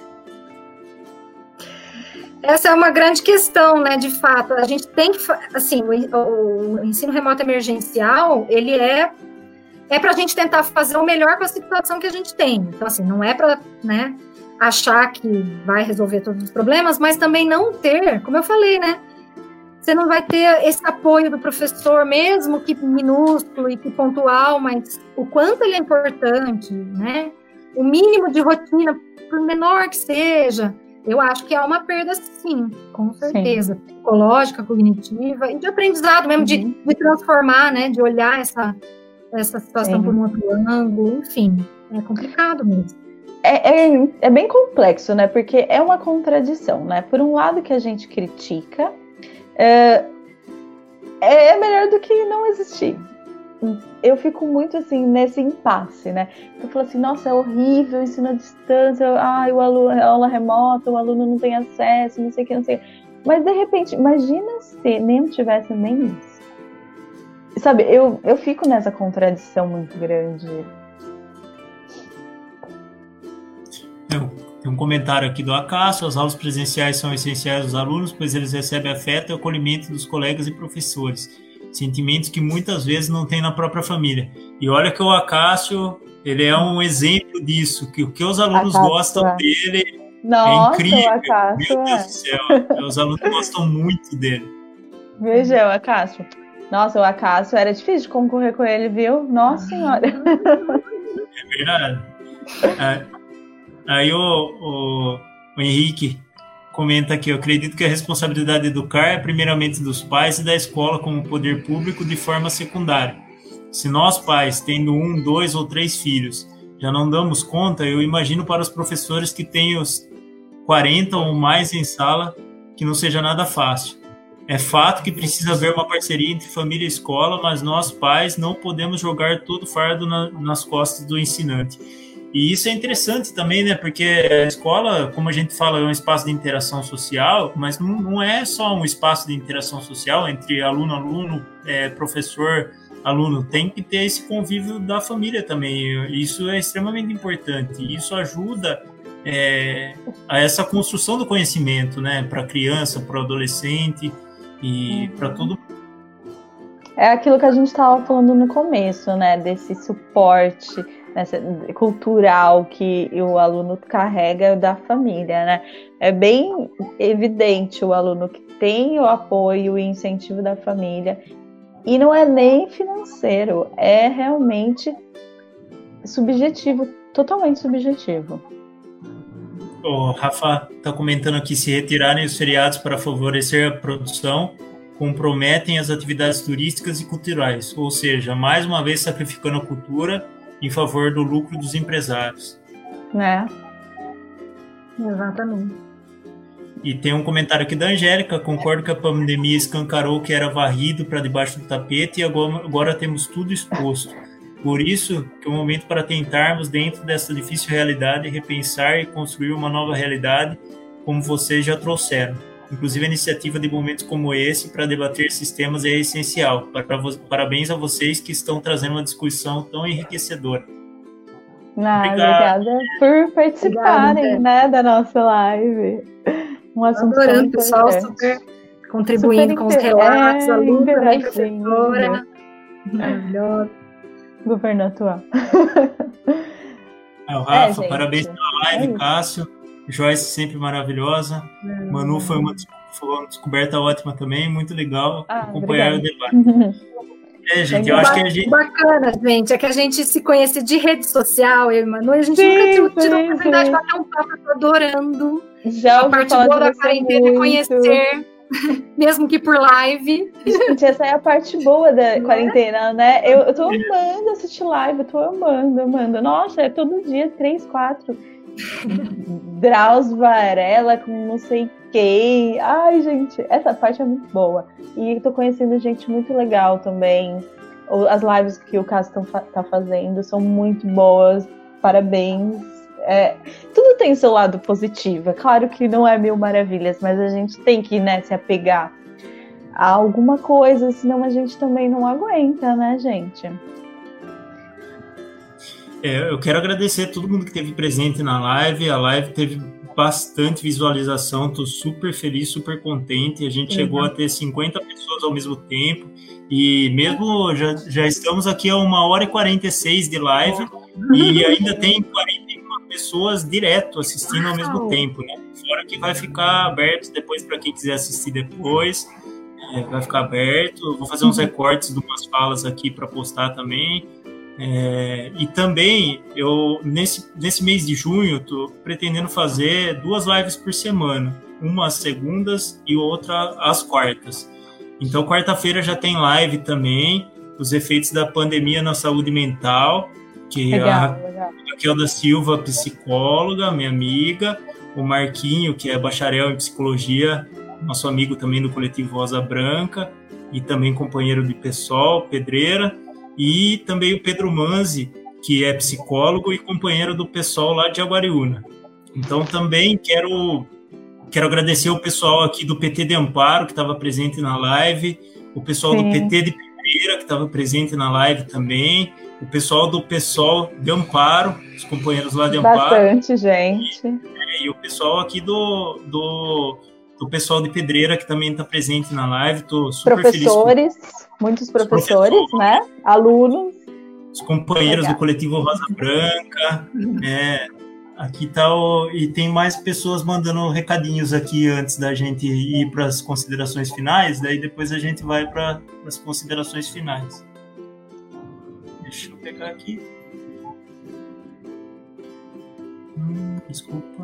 Essa é uma grande questão, né? De fato, a gente tem que... Assim, o ensino remoto emergencial, ele é para a gente tentar fazer o melhor com a situação que a gente tem. Então, assim, não é para, né, achar que vai resolver todos os problemas, mas também não ter, como eu falei, né? Você não vai ter esse apoio do professor, mesmo que minúsculo e que pontual, mas o quanto ele é importante, né? O mínimo de rotina, por menor que seja, eu acho que é uma perda, sim, com certeza. Sim. Psicológica, cognitiva e de aprendizado mesmo, de transformar, né? De olhar essa situação por um outro ângulo, enfim, é complicado mesmo. É bem complexo, né? Porque é uma contradição, né? Por um lado que a gente critica, é melhor do que não existir. Eu fico muito assim nesse impasse, né? Eu falo assim, nossa, é horrível, ensino à distância, o aluno, aula remota, o aluno não tem acesso, não sei o que, não sei o que. Mas de repente, imagina se nem tivesse nem isso. Sabe, eu fico nessa contradição muito grande. Tem um comentário aqui do Acácio. As aulas presenciais são essenciais aos alunos, pois eles recebem afeto e acolhimento dos colegas e professores. Sentimentos que muitas vezes não tem na própria família. E olha que o Acácio, ele é um exemplo disso, que o que os alunos gostam dele é incrível. O Acácio, meu Deus do céu, os alunos gostam muito dele. Veja, o Acácio. Nossa, o Acácio era difícil de concorrer com ele, viu? Nossa Senhora. É verdade. Aí o Henrique comenta aqui, eu acredito que a responsabilidade de educar é primeiramente dos pais e da escola como poder público de forma secundária. Se nós pais, tendo 1, 2 ou 3 filhos, já não damos conta, eu imagino para os professores que têm os 40 ou mais em sala, que não seja nada fácil. É fato que precisa haver uma parceria entre família e escola, mas nós pais não podemos jogar todo o fardo nas costas do ensinante. E isso é interessante também, né? Porque a escola, como a gente fala, é um espaço de interação social, mas não é só um espaço de interação social entre aluno, professor, aluno. Tem que ter esse convívio da família também. Isso é extremamente importante. Isso ajuda a essa construção do conhecimento, né? Para a criança, para o adolescente e para todo mundo. É aquilo que a gente estava falando no começo, né? Desse suporte cultural que o aluno carrega da família, né? É bem evidente o aluno que tem o apoio e incentivo da família, e não é nem financeiro, é realmente subjetivo, totalmente subjetivo. O Rafa está comentando aqui, se retirarem os feriados para favorecer a produção, comprometem as atividades turísticas e culturais, ou seja, mais uma vez sacrificando a cultura em favor do lucro dos empresários. Exatamente. E tem um comentário aqui da Angélica, concordo que a pandemia escancarou o que era varrido para debaixo do tapete e agora temos tudo exposto. Por isso que é o momento para tentarmos, dentro dessa difícil realidade, repensar e construir uma nova realidade, como vocês já trouxeram. Inclusive, a iniciativa de momentos como esse para debater esses temas é essencial. Parabéns a vocês que estão trazendo uma discussão tão enriquecedora. Obrigada por participarem, né, da nossa live. Um assunto adorando, pessoal super contribuindo com os relatos, aluna, professora, maravilhosa. Governo atual. O Rafa, parabéns pela live, Cássio. Joyce, sempre maravilhosa. Manu foi uma descoberta ótima também, muito legal acompanhar o debate. Gente, eu acho que a gente... Bacana, gente, é que a gente se conhece de rede social, eu e Manu, e a gente nunca tido a oportunidade de bater um papo, eu tô adorando. Já a parte boa da quarentena é conhecer, mesmo que por live. Gente, essa é a parte boa da quarentena, né? Eu tô amando assistir live, eu tô amando. Nossa, é todo dia, 3, 4. Drauzio Varela com não sei quem. Ai, gente, essa parte é muito boa. E eu tô conhecendo gente muito legal também. As lives que o Cássio tá fazendo são muito boas. Parabéns. Tudo tem seu lado positivo. É claro que não é 1000 maravilhas, mas a gente tem que, né, se apegar a alguma coisa, senão a gente também não aguenta, né, gente? Eu quero agradecer a todo mundo que esteve presente na live. A live teve bastante visualização, estou super feliz, super contente. A gente chegou a ter 50 pessoas ao mesmo tempo e mesmo já estamos aqui a 1h46 de live e ainda tem 41 pessoas direto assistindo ao mesmo tempo, né? Fora que vai ficar aberto depois para quem quiser assistir depois. Vai ficar aberto. Vou fazer uns recortes de umas falas aqui para postar também. E também, eu nesse mês de junho, estou pretendendo fazer 2 lives por semana, uma às segundas e outra às quartas. Então, quarta-feira já tem live também, os efeitos da pandemia na saúde mental, que legal. A Raquel da Silva, psicóloga, minha amiga, o Marquinho, que é bacharel em psicologia, nosso amigo também do coletivo Rosa Branca, e também companheiro de PSOL, Pedreira, e também o Pedro Manzi, que é psicólogo e companheiro do PSOL lá de Jaguariúna. Então, também quero agradecer o pessoal aqui do PT de Amparo, que estava presente na live, o pessoal do PT de Pedreira, que estava presente na live também, o pessoal do PSOL de Amparo, os companheiros lá de Amparo. Bastante gente. E o pessoal aqui do pessoal de Pedreira, que também está presente na live. Estou super feliz. Muitos professores, né? Alunos. Os companheiros do coletivo Rosa Branca. Aqui tá e tem mais pessoas mandando recadinhos aqui antes da gente ir para as considerações finais, daí depois a gente vai para as considerações finais. Deixa eu pegar aqui. Desculpa.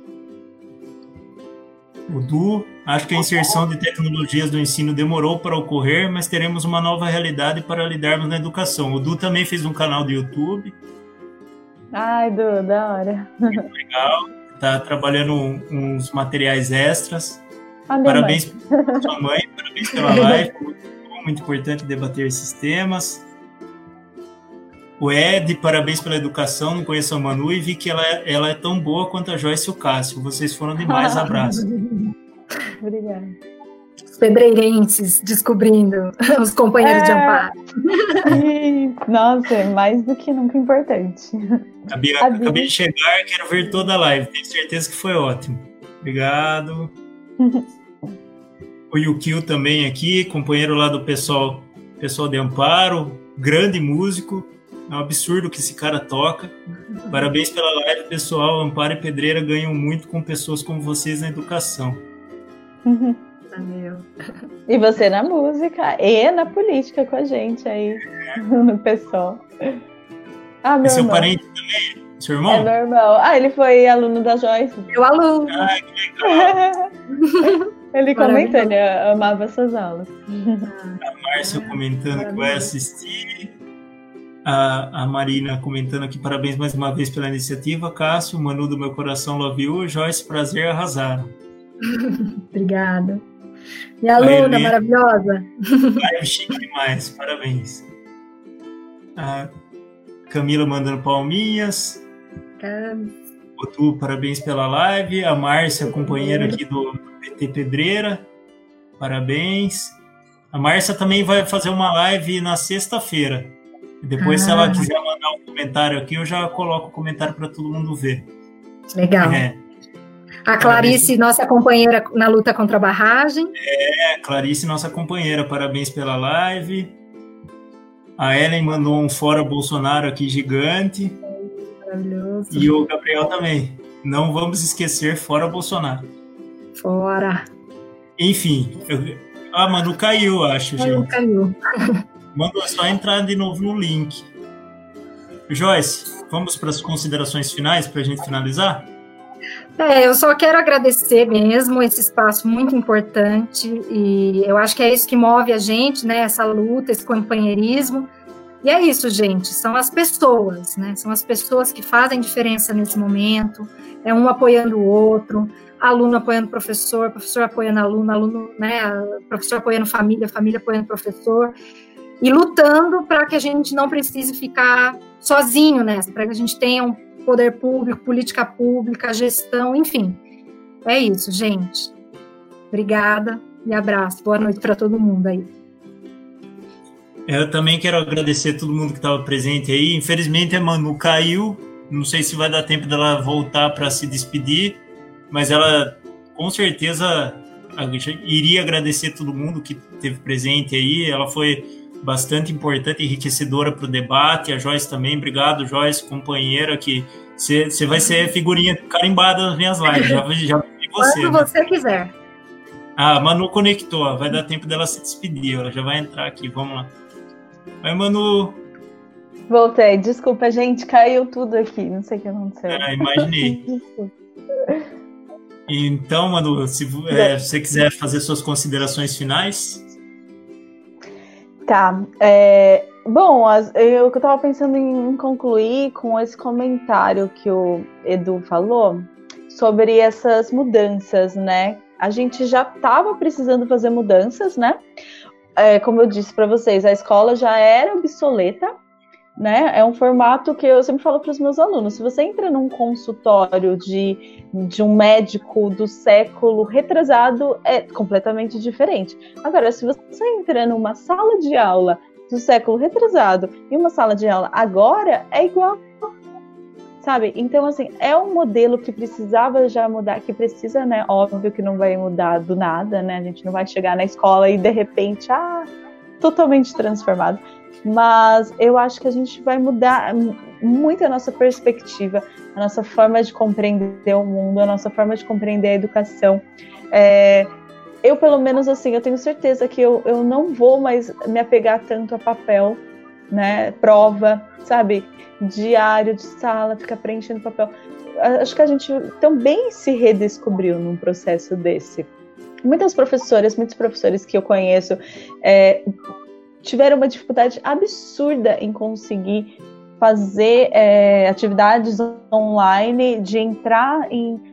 O Du, acho que a inserção de tecnologias do ensino demorou para ocorrer, mas teremos uma nova realidade para lidarmos na educação. O Du também fez um canal do YouTube. Ai, Du, da hora. Muito legal. Está trabalhando uns materiais extras. Parabéns para sua mãe, parabéns pela live. Muito importante debater esses temas. O Ed, parabéns pela educação, não conheço a Manu e vi que ela é tão boa quanto a Joyce e o Cássio. Vocês foram demais, abraço. Obrigada. Os pedreirenses descobrindo os companheiros de amparo. Nossa, mais do que nunca importante. Acabei de chegar, quero ver toda a live, tenho certeza que foi ótimo. Obrigado. O Yukio também aqui, companheiro lá do pessoal de Amparo, grande músico. É um absurdo que esse cara toca. Parabéns pela live, pessoal. Amparo e Pedreira ganham muito com pessoas como vocês na educação. E você na música e na política com a gente aí, no pessoal. Meu é seu irmão. Parente também? Seu irmão? É meu irmão. Ele foi aluno da Joyce. Meu aluno. Que legal. Ele comentou, ele amava essas aulas. A Márcia comentando que vai assistir. A Marina comentando aqui, parabéns mais uma vez pela iniciativa. Cássio, Manu do meu coração, love you. Joyce, prazer, arrasaram. Obrigada. Minha aluna maravilhosa. Live chique demais, parabéns. A Camila mandando palminhas. O Tu, parabéns pela live. A Márcia, companheira aqui do PT Pedreira, parabéns. A Márcia também vai fazer uma live na sexta-feira. Depois, se ela quiser mandar um comentário aqui, eu já coloco o comentário para todo mundo ver. Legal. A Clarice, nossa companheira na luta contra a barragem. Clarice, nossa companheira, parabéns pela live. A Ellen mandou um fora Bolsonaro aqui gigante. Maravilhoso. E o Gabriel também. Não vamos esquecer, fora Bolsonaro. Fora. Enfim, a Manu caiu, acho, gente. Caiu. Manu, é só entrar de novo no link. Joyce, vamos para as considerações finais para a gente finalizar? Eu só quero agradecer mesmo esse espaço muito importante, e eu acho que é isso que move a gente, né, essa luta, esse companheirismo, e é isso, gente, são as pessoas, né, são as pessoas que fazem diferença nesse momento, é um apoiando o outro, aluno apoiando professor apoiando aluno, né, professor apoiando família apoiando professor, e lutando para que a gente não precise ficar sozinho nessa, para que a gente tenha um poder público, política pública, gestão, enfim. É isso, gente. Obrigada e abraço. Boa noite para todo mundo aí. Eu também quero agradecer a todo mundo que estava presente aí. Infelizmente a Manu caiu. Não sei se vai dar tempo dela voltar para se despedir, mas ela com certeza iria agradecer todo mundo que esteve presente aí. Ela foi bastante importante e enriquecedora para o debate. A Joyce também, obrigado, Joyce, companheira, que você vai ser figurinha carimbada nas minhas lives, já vi você. Quando você quiser. A Manu conectou, vai dar tempo dela se despedir, ela já vai entrar aqui, vamos lá. Oi, Manu. Voltei, desculpa, gente, caiu tudo aqui, não sei o que aconteceu. Imaginei. Então, Manu, se você quiser fazer suas considerações finais... Tá, bom, eu estava pensando em concluir com esse comentário que o Edu falou sobre essas mudanças, né? A gente já estava precisando fazer mudanças, né? Como eu disse para vocês, a escola já era obsoleta, né? É um formato que eu sempre falo para os meus alunos: se você entra num consultório de um médico do século retrasado, é completamente diferente. Agora, se você entra numa sala de aula do século retrasado e uma sala de aula agora, é igual, sabe? Então, assim, é um modelo que precisava já mudar, que precisa, né? Óbvio que não vai mudar do nada, né? A gente não vai chegar na escola e, de repente, totalmente transformado. Mas eu acho que a gente vai mudar muito a nossa perspectiva, a nossa forma de compreender o mundo, a nossa forma de compreender a educação. Eu, pelo menos, assim, eu tenho certeza que eu não vou mais me apegar tanto a papel, né, prova, sabe, diário de sala, ficar preenchendo papel. Acho que a gente também se redescobriu num processo desse. Muitos professores que eu conheço tiveram uma dificuldade absurda em conseguir fazer atividades online, de entrar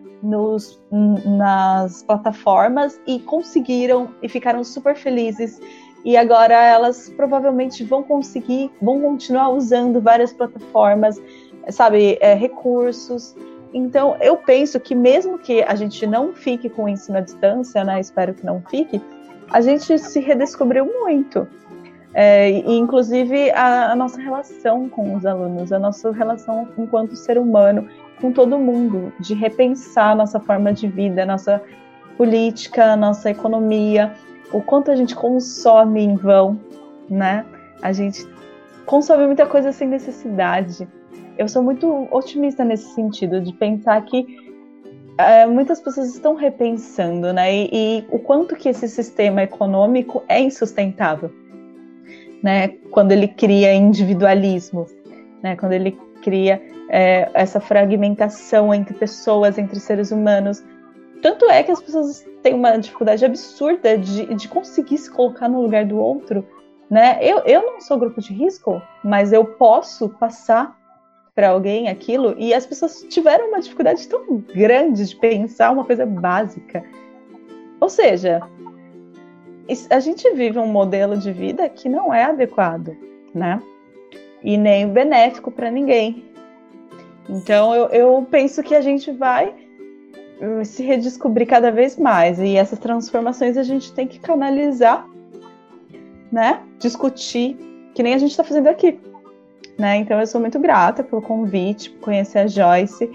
nas plataformas, e conseguiram e ficaram super felizes. E agora elas provavelmente vão continuar usando várias plataformas, sabe, recursos. Então, eu penso que mesmo que a gente não fique com o ensino à distância, né, espero que não fique, a gente se redescobriu muito. E inclusive a nossa relação com os alunos, a nossa relação enquanto ser humano com todo mundo, de repensar a nossa forma de vida, a nossa política, a nossa economia, o quanto a gente consome em vão, né? A gente consome muita coisa sem necessidade. Eu sou muito otimista nesse sentido, de pensar que muitas pessoas estão repensando, né? E o quanto que esse sistema econômico é insustentável, né, quando ele cria individualismo, né, quando ele cria essa fragmentação entre pessoas, entre seres humanos. Tanto é que as pessoas têm uma dificuldade absurda de conseguir se colocar no lugar do outro, né? Eu não sou grupo de risco, mas eu posso passar para alguém aquilo, e as pessoas tiveram uma dificuldade tão grande de pensar uma coisa básica. Ou seja, a gente vive um modelo de vida que não é adequado, né? E nem benéfico para ninguém. Então, eu penso que a gente vai se redescobrir cada vez mais. E essas transformações a gente tem que canalizar, né? Discutir, que nem a gente está fazendo aqui, né? Então, eu sou muito grata pelo convite, por conhecer a Joyce.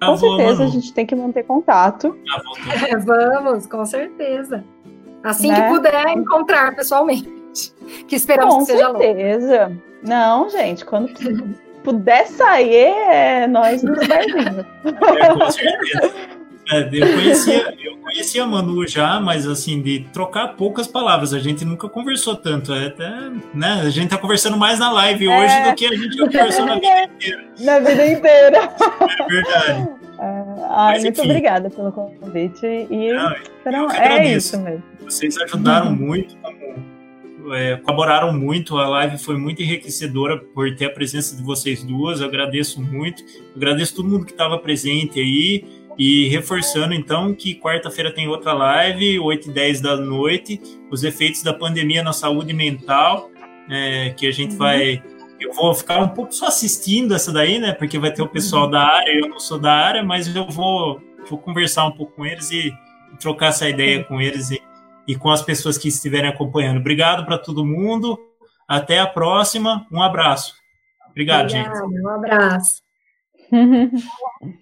Com certeza, a gente tem que manter contato. Vamos, com certeza. Assim que puder encontrar pessoalmente. Que esperamos que seja longe. Com certeza. Não, gente, quando puder sair, nós nos barzinhos. Com certeza. Eu conhecia a Manu já, mas assim, de trocar poucas palavras. A gente nunca conversou tanto. Até, né? A gente tá conversando mais na live hoje do que a gente já conversou na vida inteira. Na vida inteira. É verdade. Muito obrigada pelo convite. Isso mesmo. Vocês ajudaram muito, colaboraram muito. A live foi muito enriquecedora por ter a presença de vocês duas. Eu agradeço muito. Agradeço todo mundo que estava presente aí. E reforçando, então, que quarta-feira tem outra live, 8h10 da noite, os efeitos da pandemia na saúde mental, que a gente vai... Eu vou ficar um pouco só assistindo essa daí, né? Porque vai ter o pessoal da área, eu não sou da área, mas eu vou conversar um pouco com eles e trocar essa ideia com eles e com as pessoas que estiverem acompanhando. Obrigado para todo mundo. Até a próxima. Um abraço. Obrigado, gente. Um abraço.